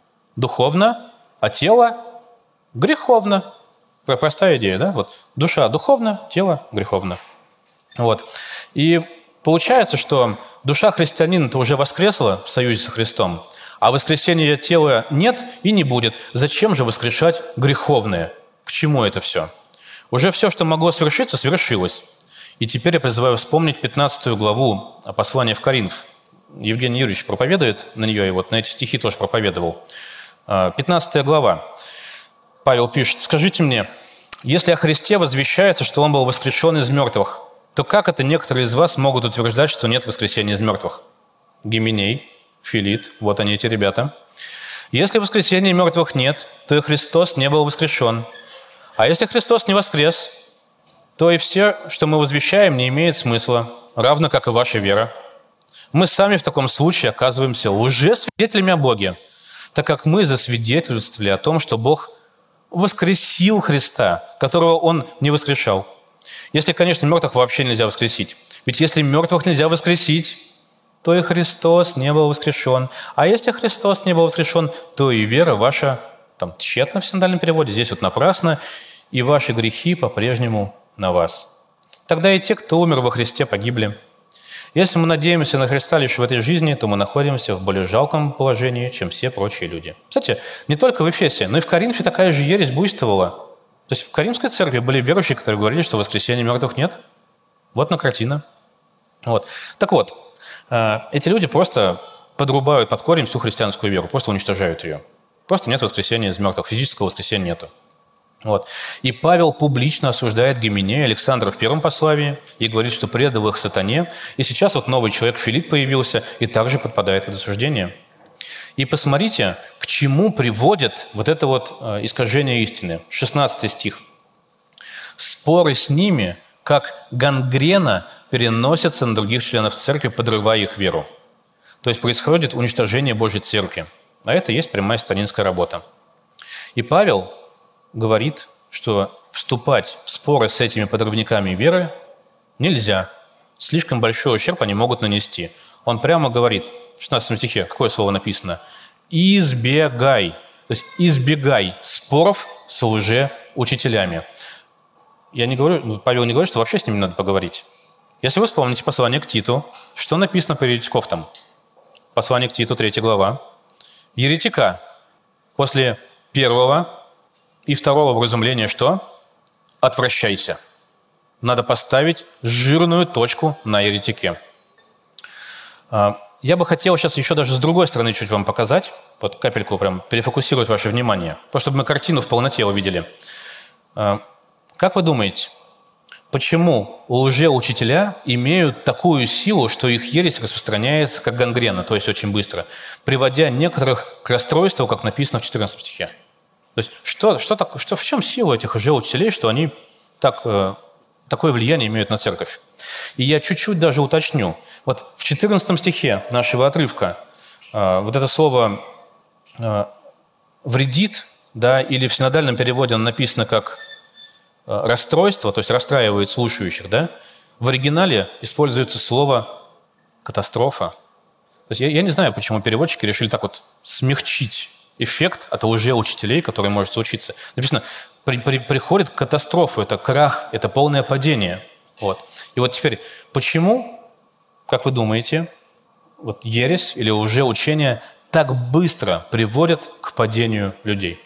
духовна, а тело греховно. Простая идея, да? Вот. Душа духовна, тело греховно. Вот. И получается, что душа христианина-то уже воскресла в союзе со Христом, а воскресения тела нет и не будет. Зачем же воскрешать греховное? К чему это все? Уже все, что могло свершиться, свершилось. И теперь я призываю вспомнить пятнадцатую главу послания в Коринф. Евгений Юрьевич проповедует на нее, и вот на эти стихи тоже проповедовал. пятнадцатая глава. Павел пишет: «Скажите мне, если о Христе возвещается, что Он был воскрешен из мертвых, то как это некоторые из вас могут утверждать, что нет воскресения из мертвых?» Гименей, Филит, вот они, эти ребята. «Если воскресения мертвых нет, то и Христос не был воскрешен. А если Христос не воскрес, то и все, что мы возвещаем, не имеет смысла, равно как и ваша вера. Мы сами в таком случае оказываемся лжесвидетелями о Боге, так как мы засвидетельствовали о том, что Бог воскресил Христа, которого Он не воскрешал. Если, конечно, мертвых вообще нельзя воскресить. Ведь если мертвых нельзя воскресить, то и Христос не был воскрешен. А если Христос не был воскрешен, то и вера ваша, там, тщетна в синодальном переводе, здесь вот напрасно, и ваши грехи по-прежнему на вас. Тогда и те, кто умер во Христе, погибли. Если мы надеемся на Христа лишь в этой жизни, то мы находимся в более жалком положении, чем все прочие люди». Кстати, не только в Эфесе, но и в Коринфе такая же ересь буйствовала. То есть в Коринфской церкви были верующие, которые говорили, что воскресения мертвых нет. Вот на картина. Вот. Так вот, эти люди просто подрубают под корень всю христианскую веру, просто уничтожают ее. Просто нет воскресения из мертвых, физического воскресения нету. Вот. И Павел публично осуждает Гименея, Александра в первом послании и говорит, что предал их сатане. И сейчас вот новый человек, Филит, появился и также подпадает под осуждение. И посмотрите, к чему приводит вот это вот искажение истины. шестнадцатый стих. «Споры с ними, как гангрена, переносятся на других членов церкви, подрывая их веру». То есть происходит уничтожение Божьей церкви. А это и есть прямая сатанинская работа. И Павел говорит, что вступать в споры с этими подрывниками веры нельзя. Слишком большой ущерб они могут нанести. Он прямо говорит, в шестнадцатом стихе, какое слово написано? «Избегай». То есть избегай споров с лжеучителями. Я не говорю, Павел не говорит, что вообще с ними надо поговорить. Если вы вспомните послание к Титу, что написано по еретиков там? Послание к Титу, третья глава. Еретика после первого и второго вразумления что? Отвращайся. Надо поставить жирную точку на еретике. Я бы хотел сейчас еще даже с другой стороны чуть вам показать, вот капельку прям перефокусировать ваше внимание, просто чтобы мы картину в полноте увидели. Как вы думаете, почему лжеучителя имеют такую силу, что их ересь распространяется как гангрена, то есть очень быстро, приводя некоторых к расстройству, как написано в четырнадцатом стихе? То есть что, что, так, что, в чем сила этих лжеучителей, что они так, э, такое влияние имеют на церковь? И я чуть-чуть даже уточню. Вот в четырнадцатом стихе нашего отрывка э, вот это слово э, «вредит», да, или в синодальном переводе оно написано как э, «расстройство», то есть расстраивает слушающих, да, в оригинале используется слово «катастрофа». То есть я, я не знаю, почему переводчики решили так вот смягчить эффект от лжеучителей, который может случиться. Написано, при, при, приходит катастрофа, это крах, это полное падение. Вот. И вот теперь, почему, как вы думаете, вот ересь или лжеучение так быстро приводят к падению людей?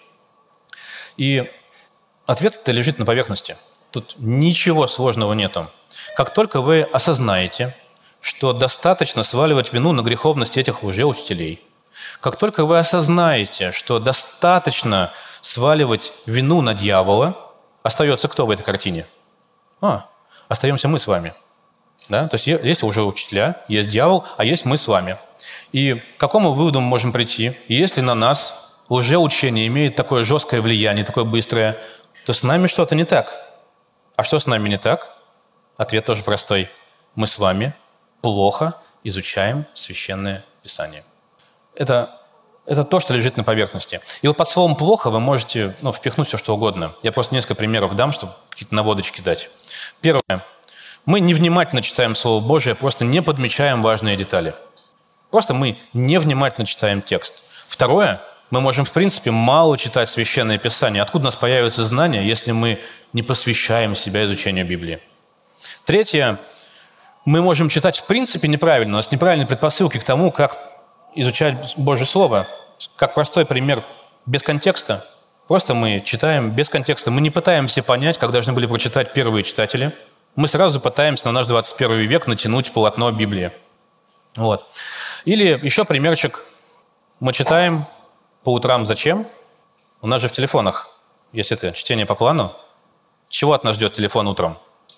И ответ-то лежит на поверхности. Тут ничего сложного нету. Как только вы осознаете, что достаточно сваливать вину на греховность этих лжеучителей, как только вы осознаете, что достаточно сваливать вину на дьявола, остается кто в этой картине? А, остаемся мы с вами. Да? То есть есть уже учителя, есть дьявол, а есть мы с вами. И к какому выводу мы можем прийти? Если на нас лжеучение имеет такое жесткое влияние, такое быстрое, то с нами что-то не так. А что с нами не так? Ответ тоже простой. Мы с вами плохо изучаем Священное Писание. Это, это то, что лежит на поверхности. И вот под словом «плохо» вы можете ну, впихнуть все, что угодно. Я просто несколько примеров дам, чтобы какие-то наводочки дать. Первое. Мы невнимательно читаем Слово Божие, просто не подмечаем важные детали. Просто мы невнимательно читаем текст. Второе. Мы можем, в принципе, мало читать Священное Писание. Откуда у нас появятся знания, если мы не посвящаем себя изучению Библии? Третье. Мы можем читать, в принципе, неправильно. У нас неправильные предпосылки к тому, как изучать Божье Слово. Как простой пример без контекста. Просто мы читаем без контекста. Мы не пытаемся понять, как должны были прочитать первые читатели. Мы сразу пытаемся на наш двадцать первый век натянуть полотно Библии. Вот. Или еще примерчик. Мы читаем по утрам зачем? У нас же в телефонах есть это чтение по плану. Чего от нас ждет телефон утром?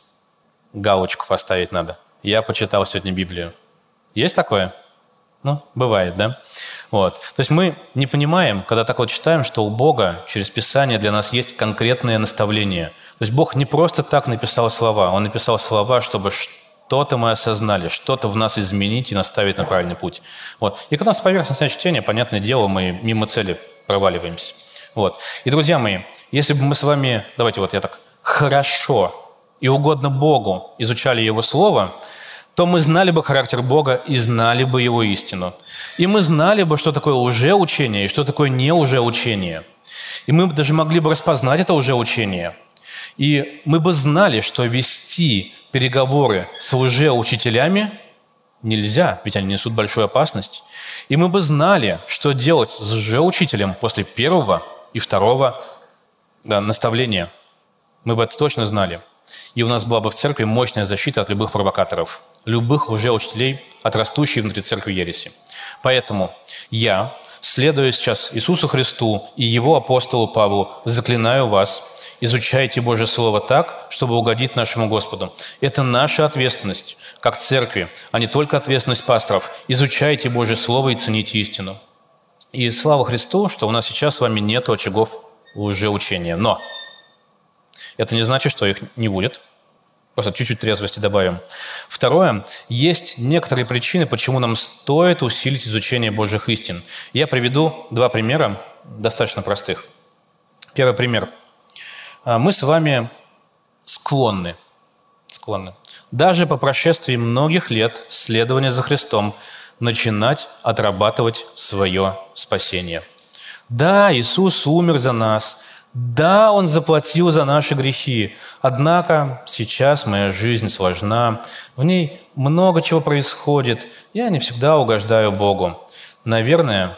Галочку поставить надо. Я почитал сегодня Библию. Есть такое? Ну, бывает, да? Вот. То есть мы не понимаем, когда так вот читаем, что у Бога через Писание для нас есть конкретное наставление. То есть Бог не просто так написал слова. Он написал слова, чтобы что-то мы осознали, что-то в нас изменить и наставить на правильный путь. Вот. И когда у нас поверхностное чтение, понятное дело, мы мимо цели проваливаемся. Вот. И, друзья мои, если бы мы с вами, давайте вот я так, хорошо и угодно Богу изучали Его Слово, то мы знали бы характер Бога и знали бы Его истину. И мы знали бы, что такое лжеучение и что такое не лжеучение. И мы даже могли бы распознать это лжеучение. И мы бы знали, что вести переговоры с лжеучителями нельзя, ведь они несут большую опасность. И мы бы знали, что делать с лжеучителем после первого и второго да, наставления. Мы бы это точно знали. И у нас была бы в церкви мощная защита от любых провокаторов, любых лжеучителей, от растущей внутри церкви ереси. Поэтому я, следуя сейчас Иисусу Христу и Его апостолу Павлу, заклинаю вас, изучайте Божье Слово так, чтобы угодить нашему Господу. Это наша ответственность, как церкви, а не только ответственность пасторов. Изучайте Божье Слово и цените истину. И слава Христу, что у нас сейчас с вами нет очагов лжеучения. Но это не значит, что их не будет. Просто чуть-чуть трезвости добавим. Второе. Есть некоторые причины, почему нам стоит усилить изучение Божьих истин. Я приведу два примера, достаточно простых. Первый пример. Мы с вами склонны, склонны, даже по прошествии многих лет следования за Христом, начинать отрабатывать свое спасение. Да, Иисус умер за нас. Да, Он заплатил за наши грехи. Однако сейчас моя жизнь сложна. В ней много чего происходит. Я не всегда угождаю Богу. Наверное,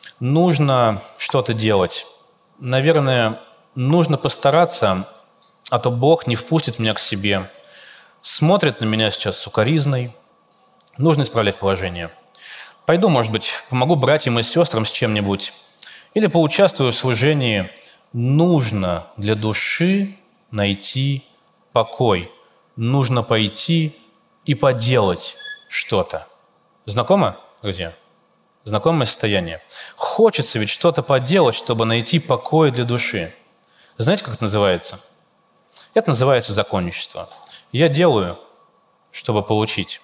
нужно что-то делать. Наверное, нужно постараться, а то Бог не впустит меня к себе. Смотрит на меня сейчас с укоризной. Нужно исправлять положение. Пойду, может быть, помогу братьям и сестрам с чем-нибудь. Или поучаствую в служении. Нужно для души найти покой. Нужно пойти и поделать что-то. Знакомо, друзья? Знакомое состояние. Хочется ведь что-то поделать, чтобы найти покой для души. Знаете, как это называется? Это называется законничество. Я делаю, чтобы получить.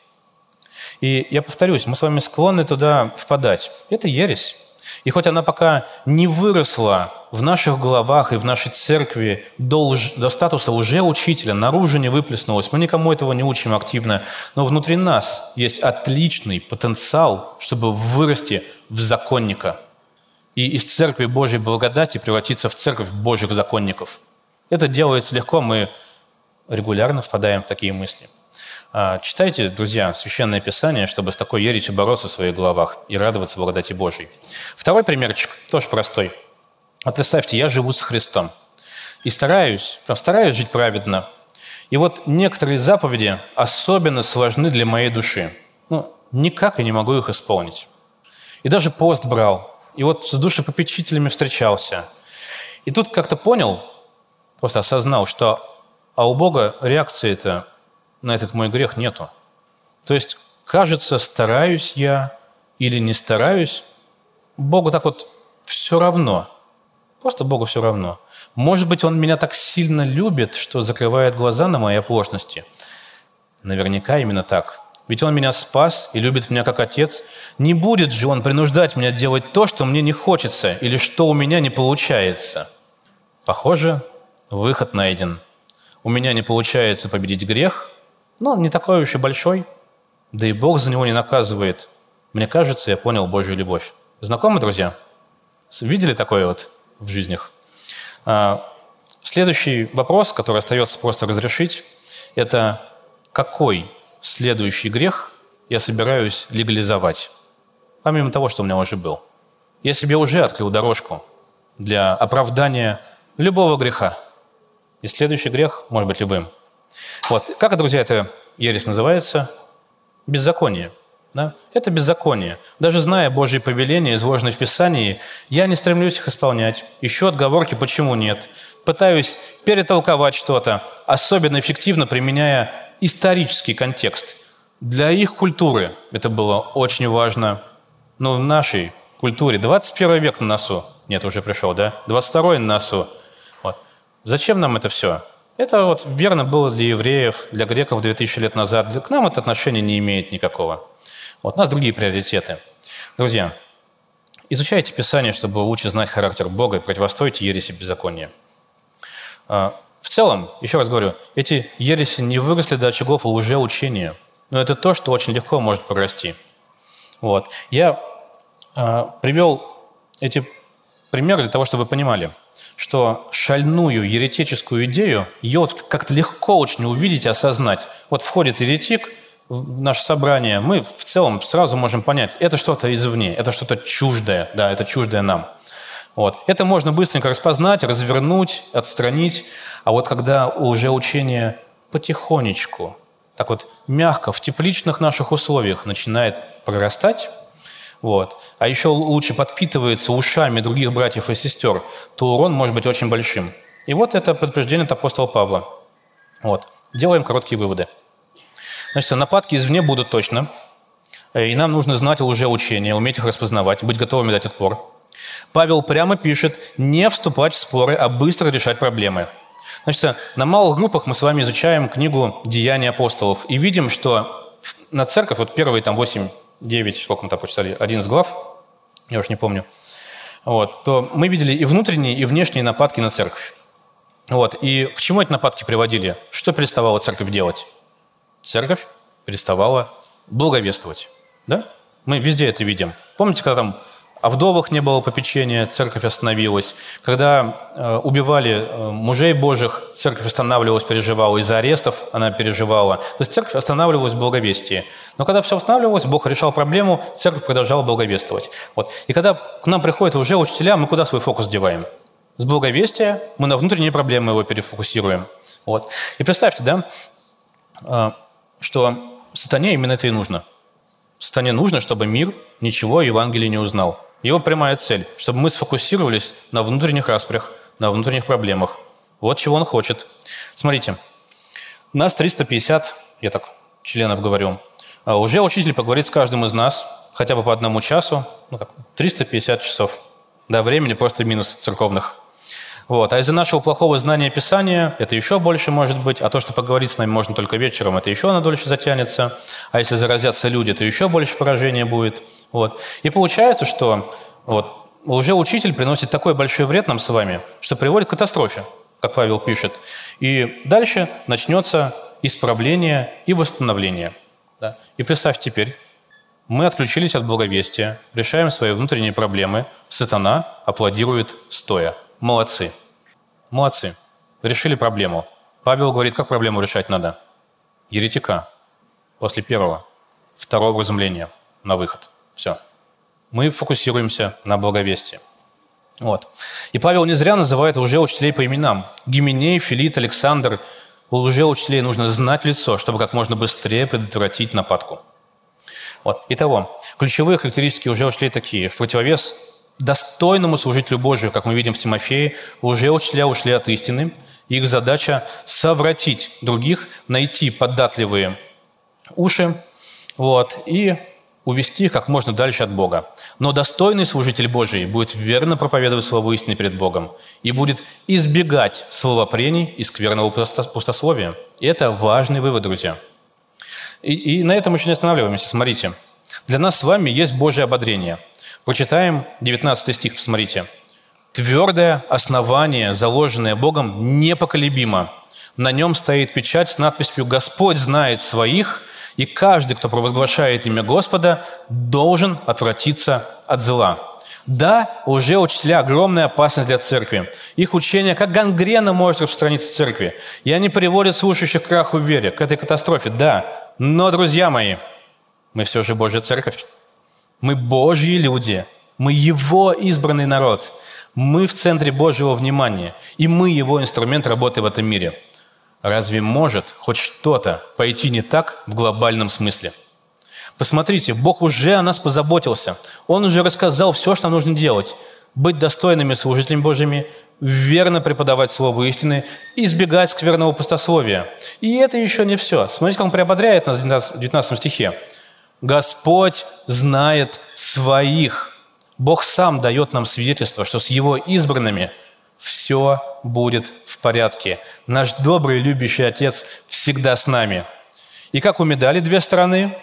И я повторюсь, мы с вами склонны туда впадать. Это ересь. И хоть она пока не выросла в наших головах и в нашей церкви до, лж... до статуса лжеучителя, наружу не выплеснулась, мы никому этого не учим активно, но внутри нас есть отличный потенциал, чтобы вырасти в законника и из церкви Божьей благодати превратиться в церковь Божьих законников. Это делается легко, мы регулярно впадаем в такие мысли. Читайте, друзья, Священное Писание, чтобы с такой ересью бороться в своих головах и радоваться благодати Божьей. Второй примерчик, тоже простой. Вот представьте, я живу с Христом и стараюсь, прям стараюсь жить праведно. И вот некоторые заповеди особенно сложны для моей души. Ну, никак я не могу их исполнить. И даже пост брал, и вот с душепопечителями встречался. И тут как-то понял, просто осознал, что а у Бога реакции-то на этот мой грех нету. То есть, кажется, стараюсь я или не стараюсь, Богу так вот все равно. Просто Богу все равно. Может быть, он меня так сильно любит, что закрывает глаза на мои оплошности. Наверняка именно так. Ведь он меня спас и любит меня как отец. Не будет же он принуждать меня делать то, что мне не хочется, или что у меня не получается. Похоже, выход найден. У меня не получается победить грех, но он не такой уж и большой. Да и Бог за него не наказывает. Мне кажется, я понял Божью любовь. Знакомы, друзья? Видели такое вот в жизнях? Следующий вопрос, который остается просто разрешить, это какой следующий грех я собираюсь легализовать, помимо того, что у меня уже был. Я себе уже открыл дорожку для оправдания любого греха. И следующий грех может быть любым. Вот. Как, друзья, эта ересь называется? Беззаконие. Да? Это беззаконие. Даже зная Божьи повеления, изложенные в Писании, я не стремлюсь их исполнять. Ищу отговорки, почему нет. Пытаюсь перетолковать что-то, особенно эффективно применяя исторический контекст. Для их культуры это было очень важно. Но в нашей культуре двадцать первый век на носу. Нет, уже пришел, да? двадцать второй на носу. Вот. Зачем нам это все? Это вот верно было для евреев, для греков две тысячи лет назад. К нам это отношения не имеет никакого. Вот, у нас другие приоритеты. Друзья, изучайте Писание, чтобы лучше знать характер Бога и противостойте ереси беззакония. В целом, еще раз говорю, эти ереси не выросли до очагов лжеучения, но это то, что очень легко может прорасти. Вот. Я э, привел эти примеры для того, чтобы вы понимали, что шальную еретическую идею ее вот как-то легко очень увидеть и осознать. Вот входит еретик в наше собрание, мы в целом сразу можем понять, это что-то извне, это что-то чуждое, да, это чуждое нам. Вот. Это можно быстренько распознать, развернуть, отстранить. А вот когда лжеучение потихонечку, так вот мягко, в тепличных наших условиях начинает прорастать, вот, а еще лучше подпитывается ушами других братьев и сестер, то урон может быть очень большим. И вот это предупреждение от апостола Павла. Вот. Делаем короткие выводы. Значит, нападки извне будут точно, и нам нужно знать лжеучения, уметь их распознавать, быть готовыми дать отпор. Павел прямо пишет не вступать в споры, а быстро решать проблемы. Значит, на малых группах мы с вами изучаем книгу «Деяния апостолов» и видим, что на церковь, вот первые там восемь, девять, сколько мы там почитали, одиннадцать глав, я уж не помню, вот, то мы видели и внутренние, и внешние нападки на церковь. Вот, и к чему эти нападки приводили? Что переставала церковь делать? Церковь переставала благовествовать. Да? Мы везде это видим. Помните, когда там о вдовах не было попечения, церковь остановилась. Когда э, убивали э, мужей Божьих, церковь останавливалась, переживала. Из-за арестов она переживала. То есть церковь останавливалась в благовестии. Но когда все останавливалось, Бог решал проблему, церковь продолжала благовествовать. Вот. И когда к нам приходят уже учителя, мы куда свой фокус деваем? С благовестия мы на внутренние проблемы его перефокусируем. Вот. И представьте, да, э, что сатане именно это и нужно. Сатане нужно, чтобы мир ничего о Евангелии не узнал. Его прямая цель, чтобы мы сфокусировались на внутренних распрях, на внутренних проблемах. Вот чего он хочет. Смотрите, нас триста пятьдесят, я так членов говорю, уже учитель поговорит с каждым из нас, хотя бы по одному часу, ну так, триста пятьдесят часов. Да, времени просто минус церковных. Вот. А из-за нашего плохого знания Писания это еще больше может быть, а то, что поговорить с нами можно только вечером, это еще на дольше затянется, а если заразятся люди, то еще больше поражения будет. Вот. И получается, что вот, лжеучитель приносит такой большой вред нам с вами, что приводит к катастрофе, как Павел пишет. И дальше начнется исправление и восстановление. Да? И представьте теперь, мы отключились от благовестия, решаем свои внутренние проблемы, сатана аплодирует стоя. Молодцы. Молодцы. Решили проблему. Павел говорит, как проблему решать надо? Еретика. После первого. Второго вразумления. На выход. Все. Мы фокусируемся на благовестии. Вот. И Павел не зря называет лжеучителей по именам. Гименей, Филит, Александр. У лжеучителей нужно знать лицо, чтобы как можно быстрее предотвратить нападку. Вот. Итого, ключевые характеристики лжеучителей такие. В противовес достойному служителю Божию, как мы видим в Тимофее, лжеучителя ушли от истины. Их задача – совратить других, найти податливые уши, вот, и увести их как можно дальше от Бога. Но достойный служитель Божий будет верно проповедовать слово истины перед Богом и будет избегать словопрений и скверного пустословия. И это важный вывод, друзья. И, и на этом еще не останавливаемся. Смотрите. Для нас с вами есть Божье ободрение. Прочитаем девятнадцатый стих, посмотрите. «Твердое основание, заложенное Богом, непоколебимо. На нем стоит печать с надписью «Господь знает своих», и каждый, кто провозглашает имя Господа, должен отвратиться от зла». Да, лжеучителя – огромная опасность для церкви. Их учение как гангрена может распространиться в церкви. И они приводят слушающих к краху в вере, к этой катастрофе. Да, но, друзья мои, мы все же Божья церковь. Мы Божьи люди. Мы Его избранный народ. Мы в центре Божьего внимания. И мы Его инструмент работы в этом мире. Разве может хоть что-то пойти не так в глобальном смысле? Посмотрите, Бог уже о нас позаботился. Он уже рассказал все, что нам нужно делать. Быть достойными служителями Божьими, верно преподавать слово истины, избегать скверного пустословия. И это еще не все. Смотрите, как Он приободряет нас в девятнадцатом стихе. «Господь знает своих». Бог сам дает нам свидетельство, что с Его избранными все будет в порядке. Наш добрый, любящий Отец всегда с нами. И как у медали две стороны,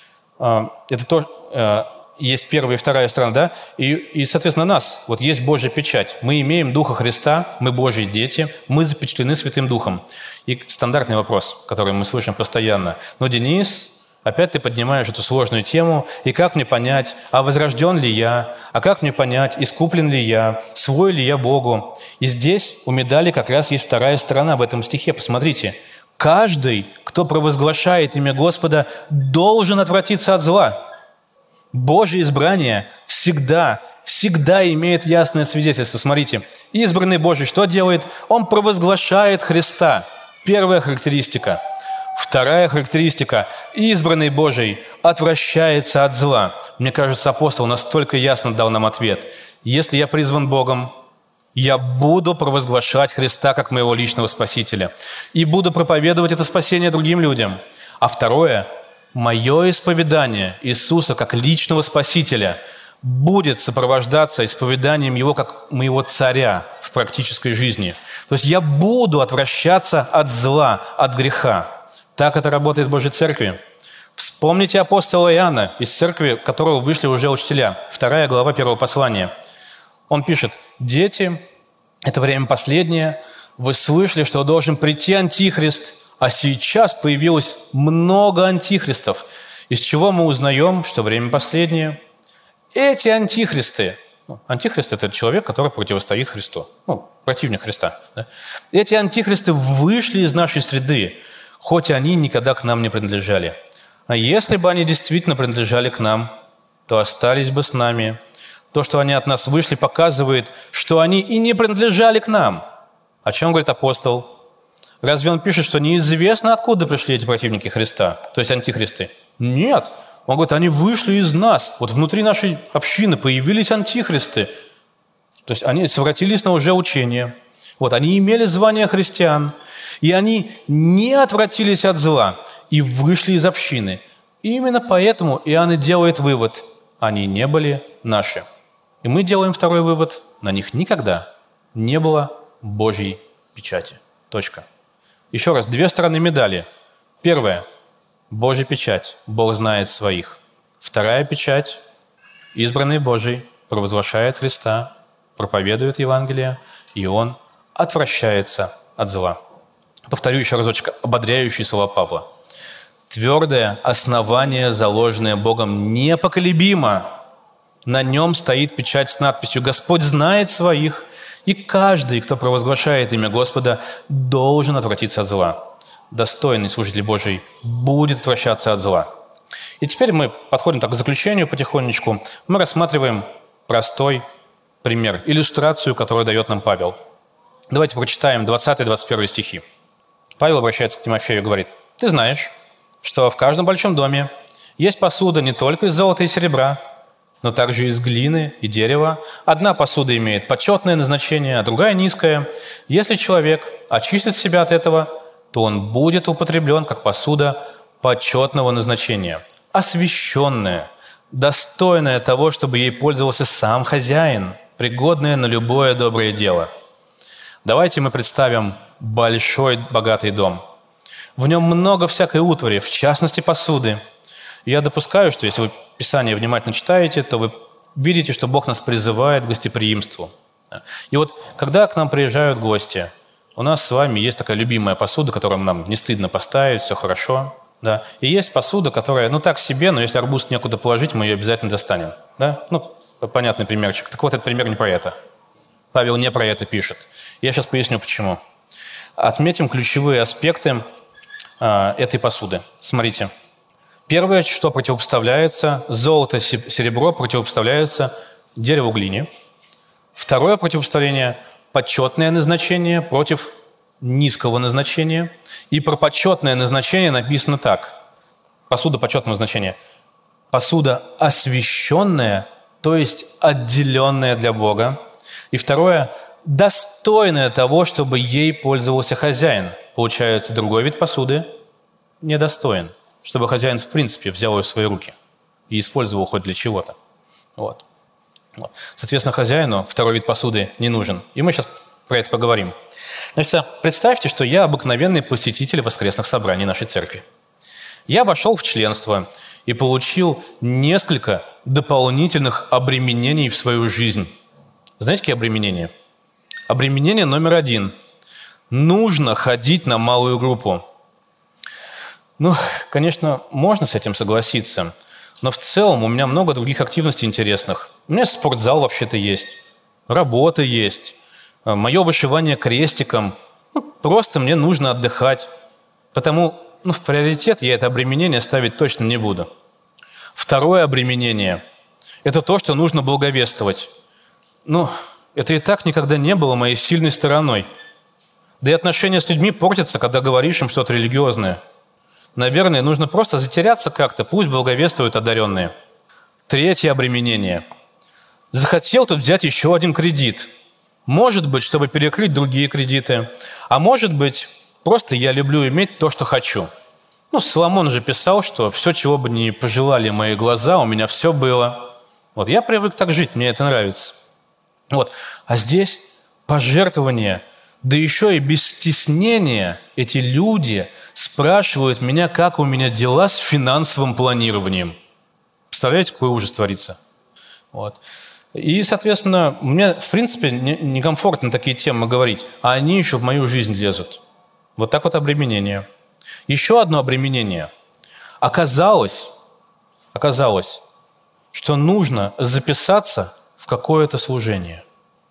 это то, есть первая и вторая сторона, да? И, и, соответственно, нас, вот есть Божья печать. Мы имеем Духа Христа, мы Божьи дети, мы запечатлены Святым Духом. И стандартный вопрос, который мы слышим постоянно. Но, Денис, опять ты поднимаешь эту сложную тему, и как мне понять, а возрожден ли я, а как мне понять, искуплен ли я, свой ли я Богу? И здесь у медали как раз есть вторая сторона в этом стихе. Посмотрите, каждый, кто провозглашает имя Господа, должен отвратиться от зла. Божье избрание всегда, всегда имеет ясное свидетельство. Смотрите, избранный Божий что делает? Он провозглашает Христа. Первая характеристика. Вторая характеристика. Избранный Божий отвращается от зла. Мне кажется, апостол настолько ясно дал нам ответ. Если я призван Богом, я буду провозглашать Христа как моего личного Спасителя. И буду проповедовать это спасение другим людям. А второе, мое исповедание Иисуса как личного Спасителя будет сопровождаться исповеданием Его как моего Царя в практической жизни. То есть я буду отвращаться от зла, от греха. Так это работает в Божьей Церкви. Вспомните апостола Иоанна, из церкви которого вышли уже учителя. Вторая глава первого послания. Он пишет: «Дети, это время последнее. Вы слышали, что должен прийти Антихрист, а сейчас появилось много антихристов, из чего мы узнаем, что время последнее. Эти антихристы». Антихрист – это человек, который противостоит Христу. Ну, противник Христа. Да? «Эти антихристы вышли из нашей среды, хоть они никогда к нам не принадлежали. А если бы они действительно принадлежали к нам, то остались бы с нами. То, что они от нас вышли, показывает, что они и не принадлежали к нам». О чем говорит апостол? Разве он пишет, что неизвестно, откуда пришли эти противники Христа, то есть антихристы? Нет. Он говорит, они вышли из нас. Вот внутри нашей общины появились антихристы. То есть они совратились на лжеучение. Вот, они имели звание христиан. И они не отвратились от зла и вышли из общины. И именно поэтому Иоанн и делает вывод: они не были наши. И мы делаем второй вывод: на них никогда не было Божьей печати. Точка. Еще раз, две стороны медали. Первая – Божья печать. Бог знает своих. Вторая печать – избранный Божий провозглашает Христа, проповедует Евангелие, и он отвращается от зла. Повторю еще разочек ободряющие слова Павла. «Твердое основание, заложенное Богом, непоколебимо. На нем стоит печать с надписью «Господь знает своих». И каждый, кто провозглашает имя Господа, должен отвратиться от зла. Достойный служитель Божий будет отвращаться от зла. И теперь мы подходим так к заключению потихонечку. Мы рассматриваем простой пример, иллюстрацию, которую дает нам Павел. Давайте прочитаем двадцатый-двадцать первый стихи. Павел обращается к Тимофею и говорит: «Ты знаешь, что в каждом большом доме есть посуда не только из золота и серебра, но также из глины и дерева. Одна посуда имеет почетное назначение, а другая низкое. Если человек очистит себя от этого, то он будет употреблен как посуда почетного назначения, освященная, достойная того, чтобы ей пользовался сам хозяин, пригодная на любое доброе дело. Давайте мы представим большой богатый дом. В нем много всякой утвари, в частности посуды. Я допускаю, что если вы Писание внимательно читаете, то вы видите, что Бог нас призывает к гостеприимству. И вот когда к нам приезжают гости, у нас с вами есть такая любимая посуда, которую нам не стыдно поставить, все хорошо. Да? И есть посуда, которая, ну так себе, но если арбуз некуда положить, мы ее обязательно достанем. Да? Ну, понятный примерчик. Так вот, этот пример не про это. Павел не про это пишет. Я сейчас поясню, почему. Отметим ключевые аспекты э, этой посуды. Смотрите. Первое, что противопоставляется, золото, серебро противопоставляется дереву, глине. Второе противопоставление – почетное назначение против низкого назначения. И про почетное назначение написано так. Посуда почетного назначения. Посуда освященная, то есть отделенная для Бога. И второе – достойная того, чтобы ей пользовался хозяин. Получается, другой вид посуды недостоин, чтобы хозяин в принципе взял ее в свои руки и использовал хоть для чего-то. Вот. Вот. Соответственно, хозяину второй вид посуды не нужен. И мы сейчас про это поговорим. Значит, представьте, что я обыкновенный посетитель воскресных собраний нашей церкви. Я вошел в членство и получил несколько дополнительных обременений в свою жизнь. Знаете, какие обременения? Обременение номер один. Нужно ходить на малую группу. Ну, конечно, можно с этим согласиться, но в целом у меня много других активностей интересных. У меня спортзал вообще-то есть, работа есть, мое вышивание крестиком. Ну, просто мне нужно отдыхать. Потому ну, в приоритет я это обременение ставить точно не буду. Второе обременение – это то, что нужно благовествовать. Ну, это и так никогда не было моей сильной стороной. Да и отношения с людьми портятся, когда говоришь им что-то религиозное. Наверное, нужно просто затеряться как-то, пусть благовествуют одаренные. Третье обременение. Захотел тут взять еще один кредит. Может быть, чтобы перекрыть другие кредиты. А может быть, просто я люблю иметь то, что хочу. Ну, Соломон же писал, что все, чего бы ни пожелали мои глаза, у меня все было. Вот я привык так жить, мне это нравится. Вот. А здесь пожертвование, да еще и без стеснения эти люди спрашивают меня, как у меня дела с финансовым планированием. Представляете, какой ужас творится? Вот. И, соответственно, мне, в принципе, некомфортно такие темы говорить, а они еще в мою жизнь лезут. Вот так вот обременение. Еще одно обременение. Оказалось, оказалось, что нужно записаться в какое-то служение.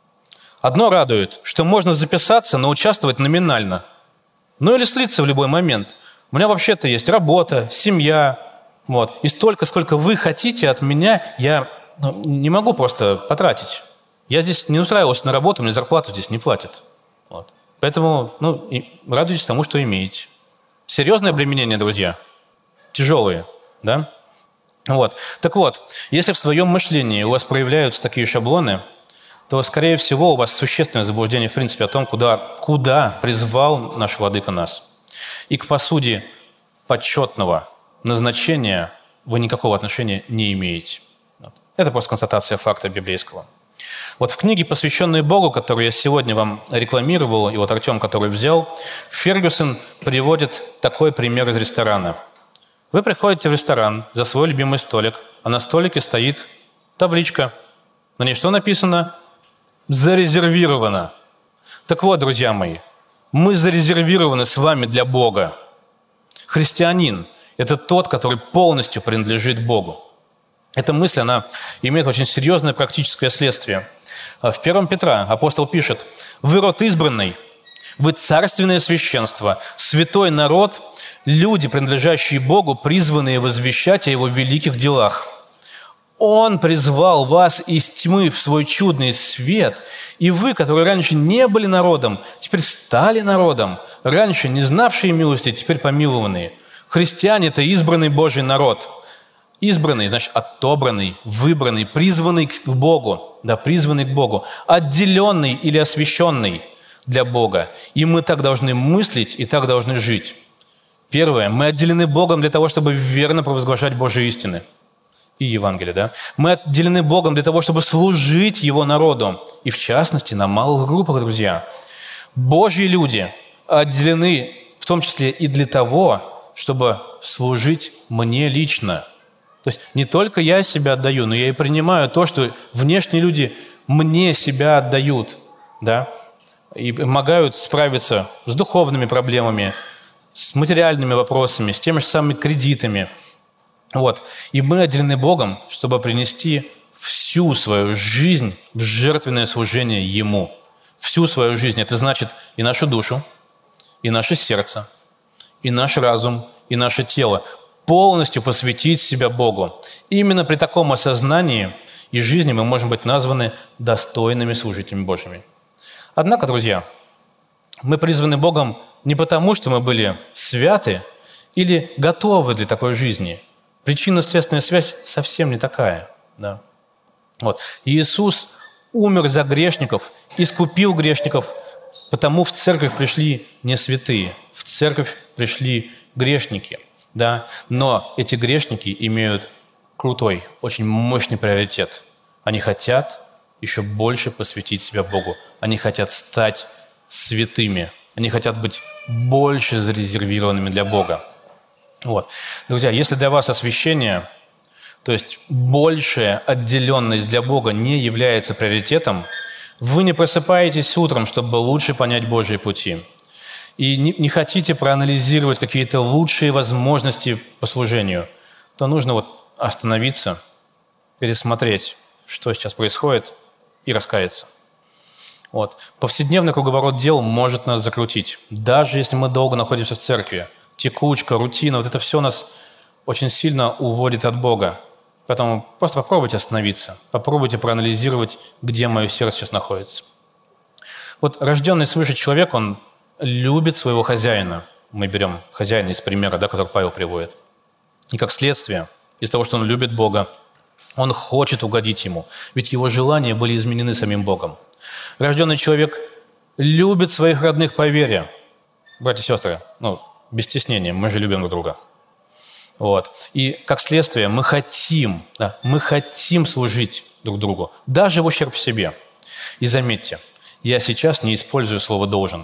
Одно радует, что можно записаться, но участвовать номинально. Ну или слиться в любой момент. У меня вообще-то есть работа, семья. Вот. И столько, сколько вы хотите от меня, я ну, не могу просто потратить. Я здесь не устраивался на работу, мне зарплату здесь не платят. Вот. Поэтому ну, и радуйтесь тому, что имеете. Серьезное обременение, друзья. Тяжелые, да? Вот. Так вот, если в своем мышлении у вас проявляются такие шаблоны, то, скорее всего, у вас существенное заблуждение, в принципе, о том, куда, куда призвал наш Владыка нас. И к посуде почетного назначения вы никакого отношения не имеете. Это просто констатация факта библейского. Вот в книге, посвященной Богу, которую я сегодня вам рекламировал, и вот Артем, который взял, Фергюсон приводит такой пример из ресторана. Вы приходите в ресторан за свой любимый столик, а на столике стоит табличка. На ней что написано? Зарезервировано. Так вот, друзья мои, мы зарезервированы с вами для Бога. Христианин – это тот, который полностью принадлежит Богу. Эта мысль, она имеет очень серьезное практическое следствие. В первом Петра апостол пишет: «Вы род избранный, вы царственное священство, святой народ, люди, принадлежащие Богу, призванные возвещать о Его великих делах. Он призвал вас из тьмы в свой чудный свет, и вы, которые раньше не были народом, теперь стали народом, раньше не знавшие милости, теперь помилованные». Христиане – это избранный Божий народ. Избранный, значит, отобранный, выбранный, призванный к Богу, да, призванный к Богу, отделенный или освященный для Бога. И мы так должны мыслить и так должны жить. Первое, мы отделены Богом для того, чтобы верно провозглашать Божьи истины. и Евангелие, да? Мы отделены Богом для того, чтобы служить Его народу. И в частности, на малых группах, друзья. Божьи люди отделены в том числе и для того, чтобы служить мне лично. То есть не только я себя отдаю, но я и принимаю то, что внешние люди мне себя отдают, да? И помогают справиться с духовными проблемами, с материальными вопросами, с теми же самыми кредитами. Вот. И мы отделены Богом, чтобы принести всю свою жизнь в жертвенное служение Ему. Всю свою жизнь. Это значит и нашу душу, и наше сердце, и наш разум, и наше тело. Полностью посвятить себя Богу. Именно при таком осознании и жизни мы можем быть названы достойными служителями Божьими. Однако, друзья, мы призваны Богом не потому, что мы были святы или готовы для такой жизни. Причинно-следственная связь совсем не такая. Да. Вот. Иисус умер за грешников, искупил грешников, потому в церковь пришли не святые, в церковь пришли грешники. Да. Но эти грешники имеют крутой, очень мощный приоритет. Они хотят еще больше посвятить себя Богу. Они хотят стать святыми. Они хотят быть больше зарезервированными для Бога. Вот. Друзья, если для вас освящение, то есть большая отделенность для Бога не является приоритетом, вы не просыпаетесь утром, чтобы лучше понять Божьи пути, и не, не хотите проанализировать какие-то лучшие возможности по служению, то нужно вот остановиться, пересмотреть, что сейчас происходит, и раскаяться. Вот. Повседневный круговорот дел может нас закрутить. Даже если мы долго находимся в церкви, текучка, рутина, вот это все нас очень сильно уводит от Бога. Поэтому просто попробуйте остановиться, попробуйте проанализировать, где мое сердце сейчас находится. Вот рожденный свыше человек, он любит своего хозяина. Мы берем хозяина из примера, да, который Павел приводит. И как следствие, из того, что он любит Бога, он хочет угодить Ему. Ведь его желания были изменены самим Богом. Рожденный человек любит своих родных по вере. Братья и сестры, ну, без стеснения, мы же любим друг друга. Вот. И как следствие мы хотим, да, мы хотим служить друг другу, даже в ущерб себе. И заметьте, я сейчас не использую слово «должен».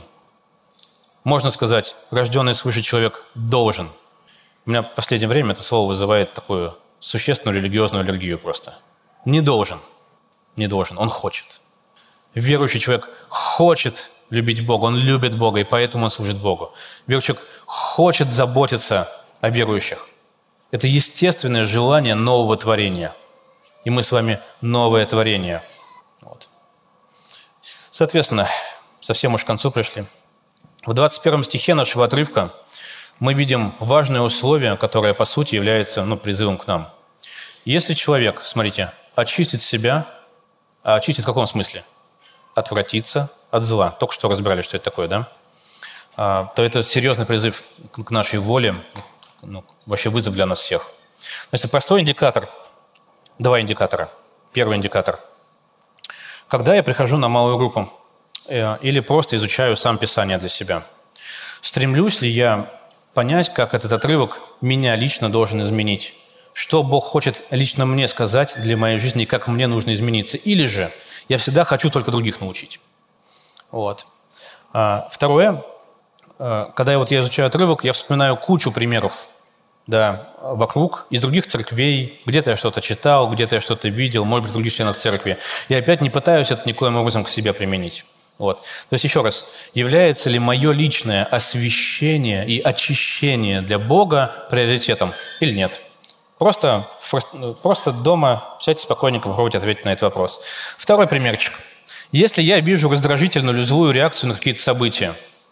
Можно сказать, рожденный свыше человек должен. У меня в последнее время это слово вызывает такую существенную религиозную аллергию просто. Не должен. Не должен. Он хочет. Верующий человек хочет любить Бога, он любит Бога, и поэтому он служит Богу. Верующий человек хочет заботиться о верующих. Это естественное желание нового творения. И мы с вами новое творение. Вот. Соответственно, совсем уж к концу пришли. В двадцать первом стихе нашего отрывка мы видим важное условие, которое, по сути, является ну, призывом к нам. Если человек, смотрите, очистит себя, а очистит в каком смысле? Отвратиться от зла. Только что разбирали, что это такое, да? А, то это серьезный призыв к нашей воле, ну, вообще вызов для нас всех. Значит, простой индикатор. Два индикатора. Первый индикатор. Когда я прихожу на малую группу э, или просто изучаю сам Писание для себя, стремлюсь ли я понять, как этот отрывок меня лично должен изменить? Что Бог хочет лично мне сказать для моей жизни и как мне нужно измениться? Или же я всегда хочу только других научить? Вот. А, второе. Когда я, вот, я изучаю отрывок, я вспоминаю кучу примеров да, вокруг, из других церквей. Где-то я что-то читал, где-то я что-то видел, может быть, других членов церкви. Я опять не пытаюсь это никоим образом к себе применить. Вот. То есть, еще раз, является ли мое личное освящение и очищение для Бога приоритетом или нет? Просто, просто дома сядьте спокойненько, попробуйте ответить на этот вопрос. Второй примерчик. Если я вижу раздражительную или злую реакцию на какие-то события,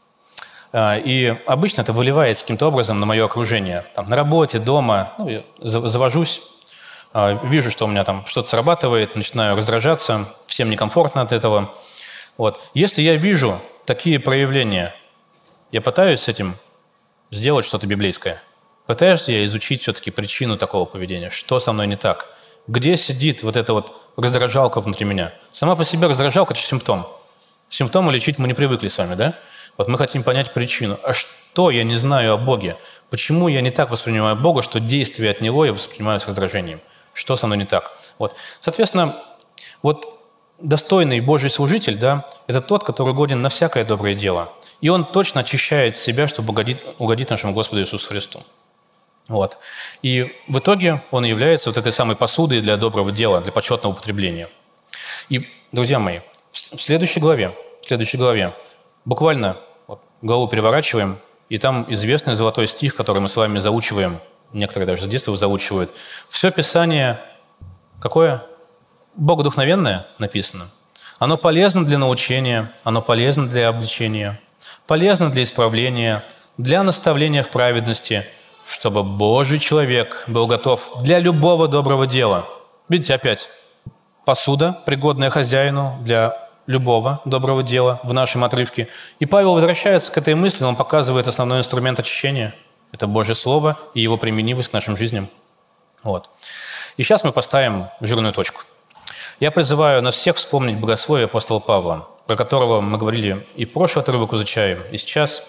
и обычно это выливается каким-то образом на мое окружение, там, на работе, дома, ну, я завожусь, вижу, что у меня там что-то срабатывает, начинаю раздражаться, всем некомфортно от этого. Вот. Если я вижу такие проявления, я пытаюсь с этим сделать что-то библейское. Пытаюсь я изучить все-таки причину такого поведения, что со мной не так. Где сидит вот эта вот раздражалка внутри меня? Сама по себе раздражалка – это симптом. Симптомы лечить мы не привыкли с вами, да? Вот мы хотим понять причину. А что я не знаю о Боге? Почему я не так воспринимаю Бога, что действия от Него я воспринимаю с раздражением? что со мной не так. Вот. Соответственно, вот достойный Божий служитель, да, это тот, который годен на всякое доброе дело. И он точно очищает себя, чтобы угодить, угодить нашему Господу Иисусу Христу. Вот. И в итоге он является вот этой самой посудой для доброго дела, для почетного употребления. И, друзья мои, в следующей главе, в следующей главе буквально вот, главу переворачиваем, и там известный золотой стих, который мы с вами заучиваем, некоторые даже с детства заучивают. Все Писание какое? Богодухновенное написано. Оно полезно для научения, оно полезно для обличения, полезно для исправления, для наставления в праведности, чтобы Божий человек был готов для любого доброго дела. Видите, опять, посуда, пригодная хозяину для любого доброго дела в нашем отрывке. И Павел возвращается к этой мысли, он показывает основной инструмент очищения. Это Божье Слово и его применимость к нашим жизням. Вот. И сейчас мы поставим жирную точку. Я призываю нас всех вспомнить богословие апостола Павла, про которого мы говорили и в прошлый отрывок изучаем, и сейчас.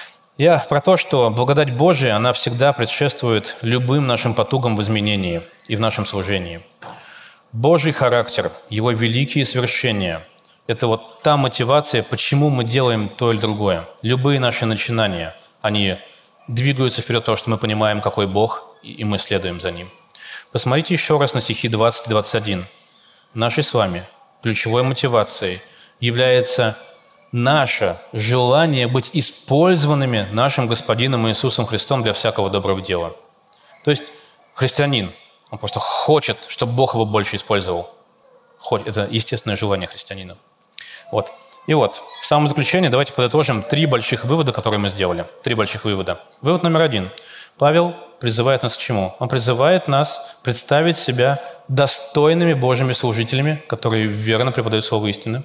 Я про то, что благодать Божия, она всегда предшествует любым нашим потугам в изменении и в нашем служении. Божий характер, Его великие свершения – это вот та мотивация, почему мы делаем то или другое. Любые наши начинания, они двигаются вперед, потому что мы понимаем, какой Бог, и мы следуем за Ним. Посмотрите еще раз на стихи двадцать двадцать один. Нашей с вами ключевой мотивацией является наше желание быть использованными нашим Господином Иисусом Христом для всякого доброго дела. То есть христианин, он просто хочет, чтобы Бог его больше использовал. Это естественное желание христианина. Вот. И вот, в самом заключении давайте подытожим три больших вывода, которые мы сделали. Три больших вывода. Вывод номер один. Павел призывает нас к чему? Он призывает нас представить себя достойными Божьими служителями, которые верно преподают слово истины.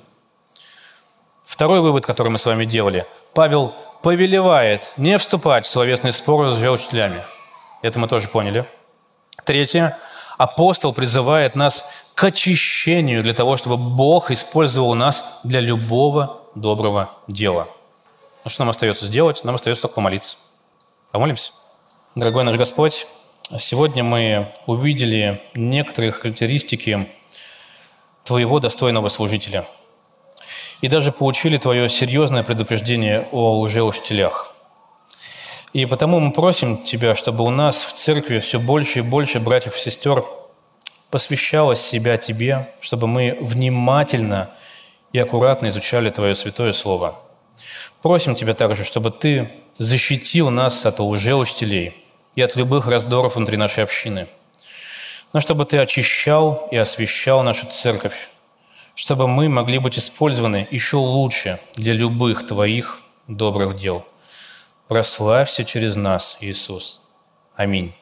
Второй вывод, который мы с вами делали. Павел повелевает не вступать в словесные споры с лжеучителями. Это мы тоже поняли. Третье. Апостол призывает нас к очищению для того, чтобы Бог использовал нас для любого доброго дела. Ну что нам остается сделать? Нам остается только помолиться. Помолимся? Дорогой наш Господь, сегодня мы увидели некоторые характеристики Твоего достойного служителя. И даже получили Твое серьезное предупреждение о лжеучителях. И потому мы просим Тебя, чтобы у нас в церкви все больше и больше братьев и сестер посвящалось себя Тебе, чтобы мы внимательно и аккуратно изучали Твое святое Слово. Просим Тебя также, чтобы Ты защитил нас от лжеучителей и от любых раздоров внутри нашей общины. Но чтобы Ты очищал и освящал нашу церковь, чтобы мы могли быть использованы еще лучше для любых Твоих добрых дел. Прославься через нас, Иисус. Аминь.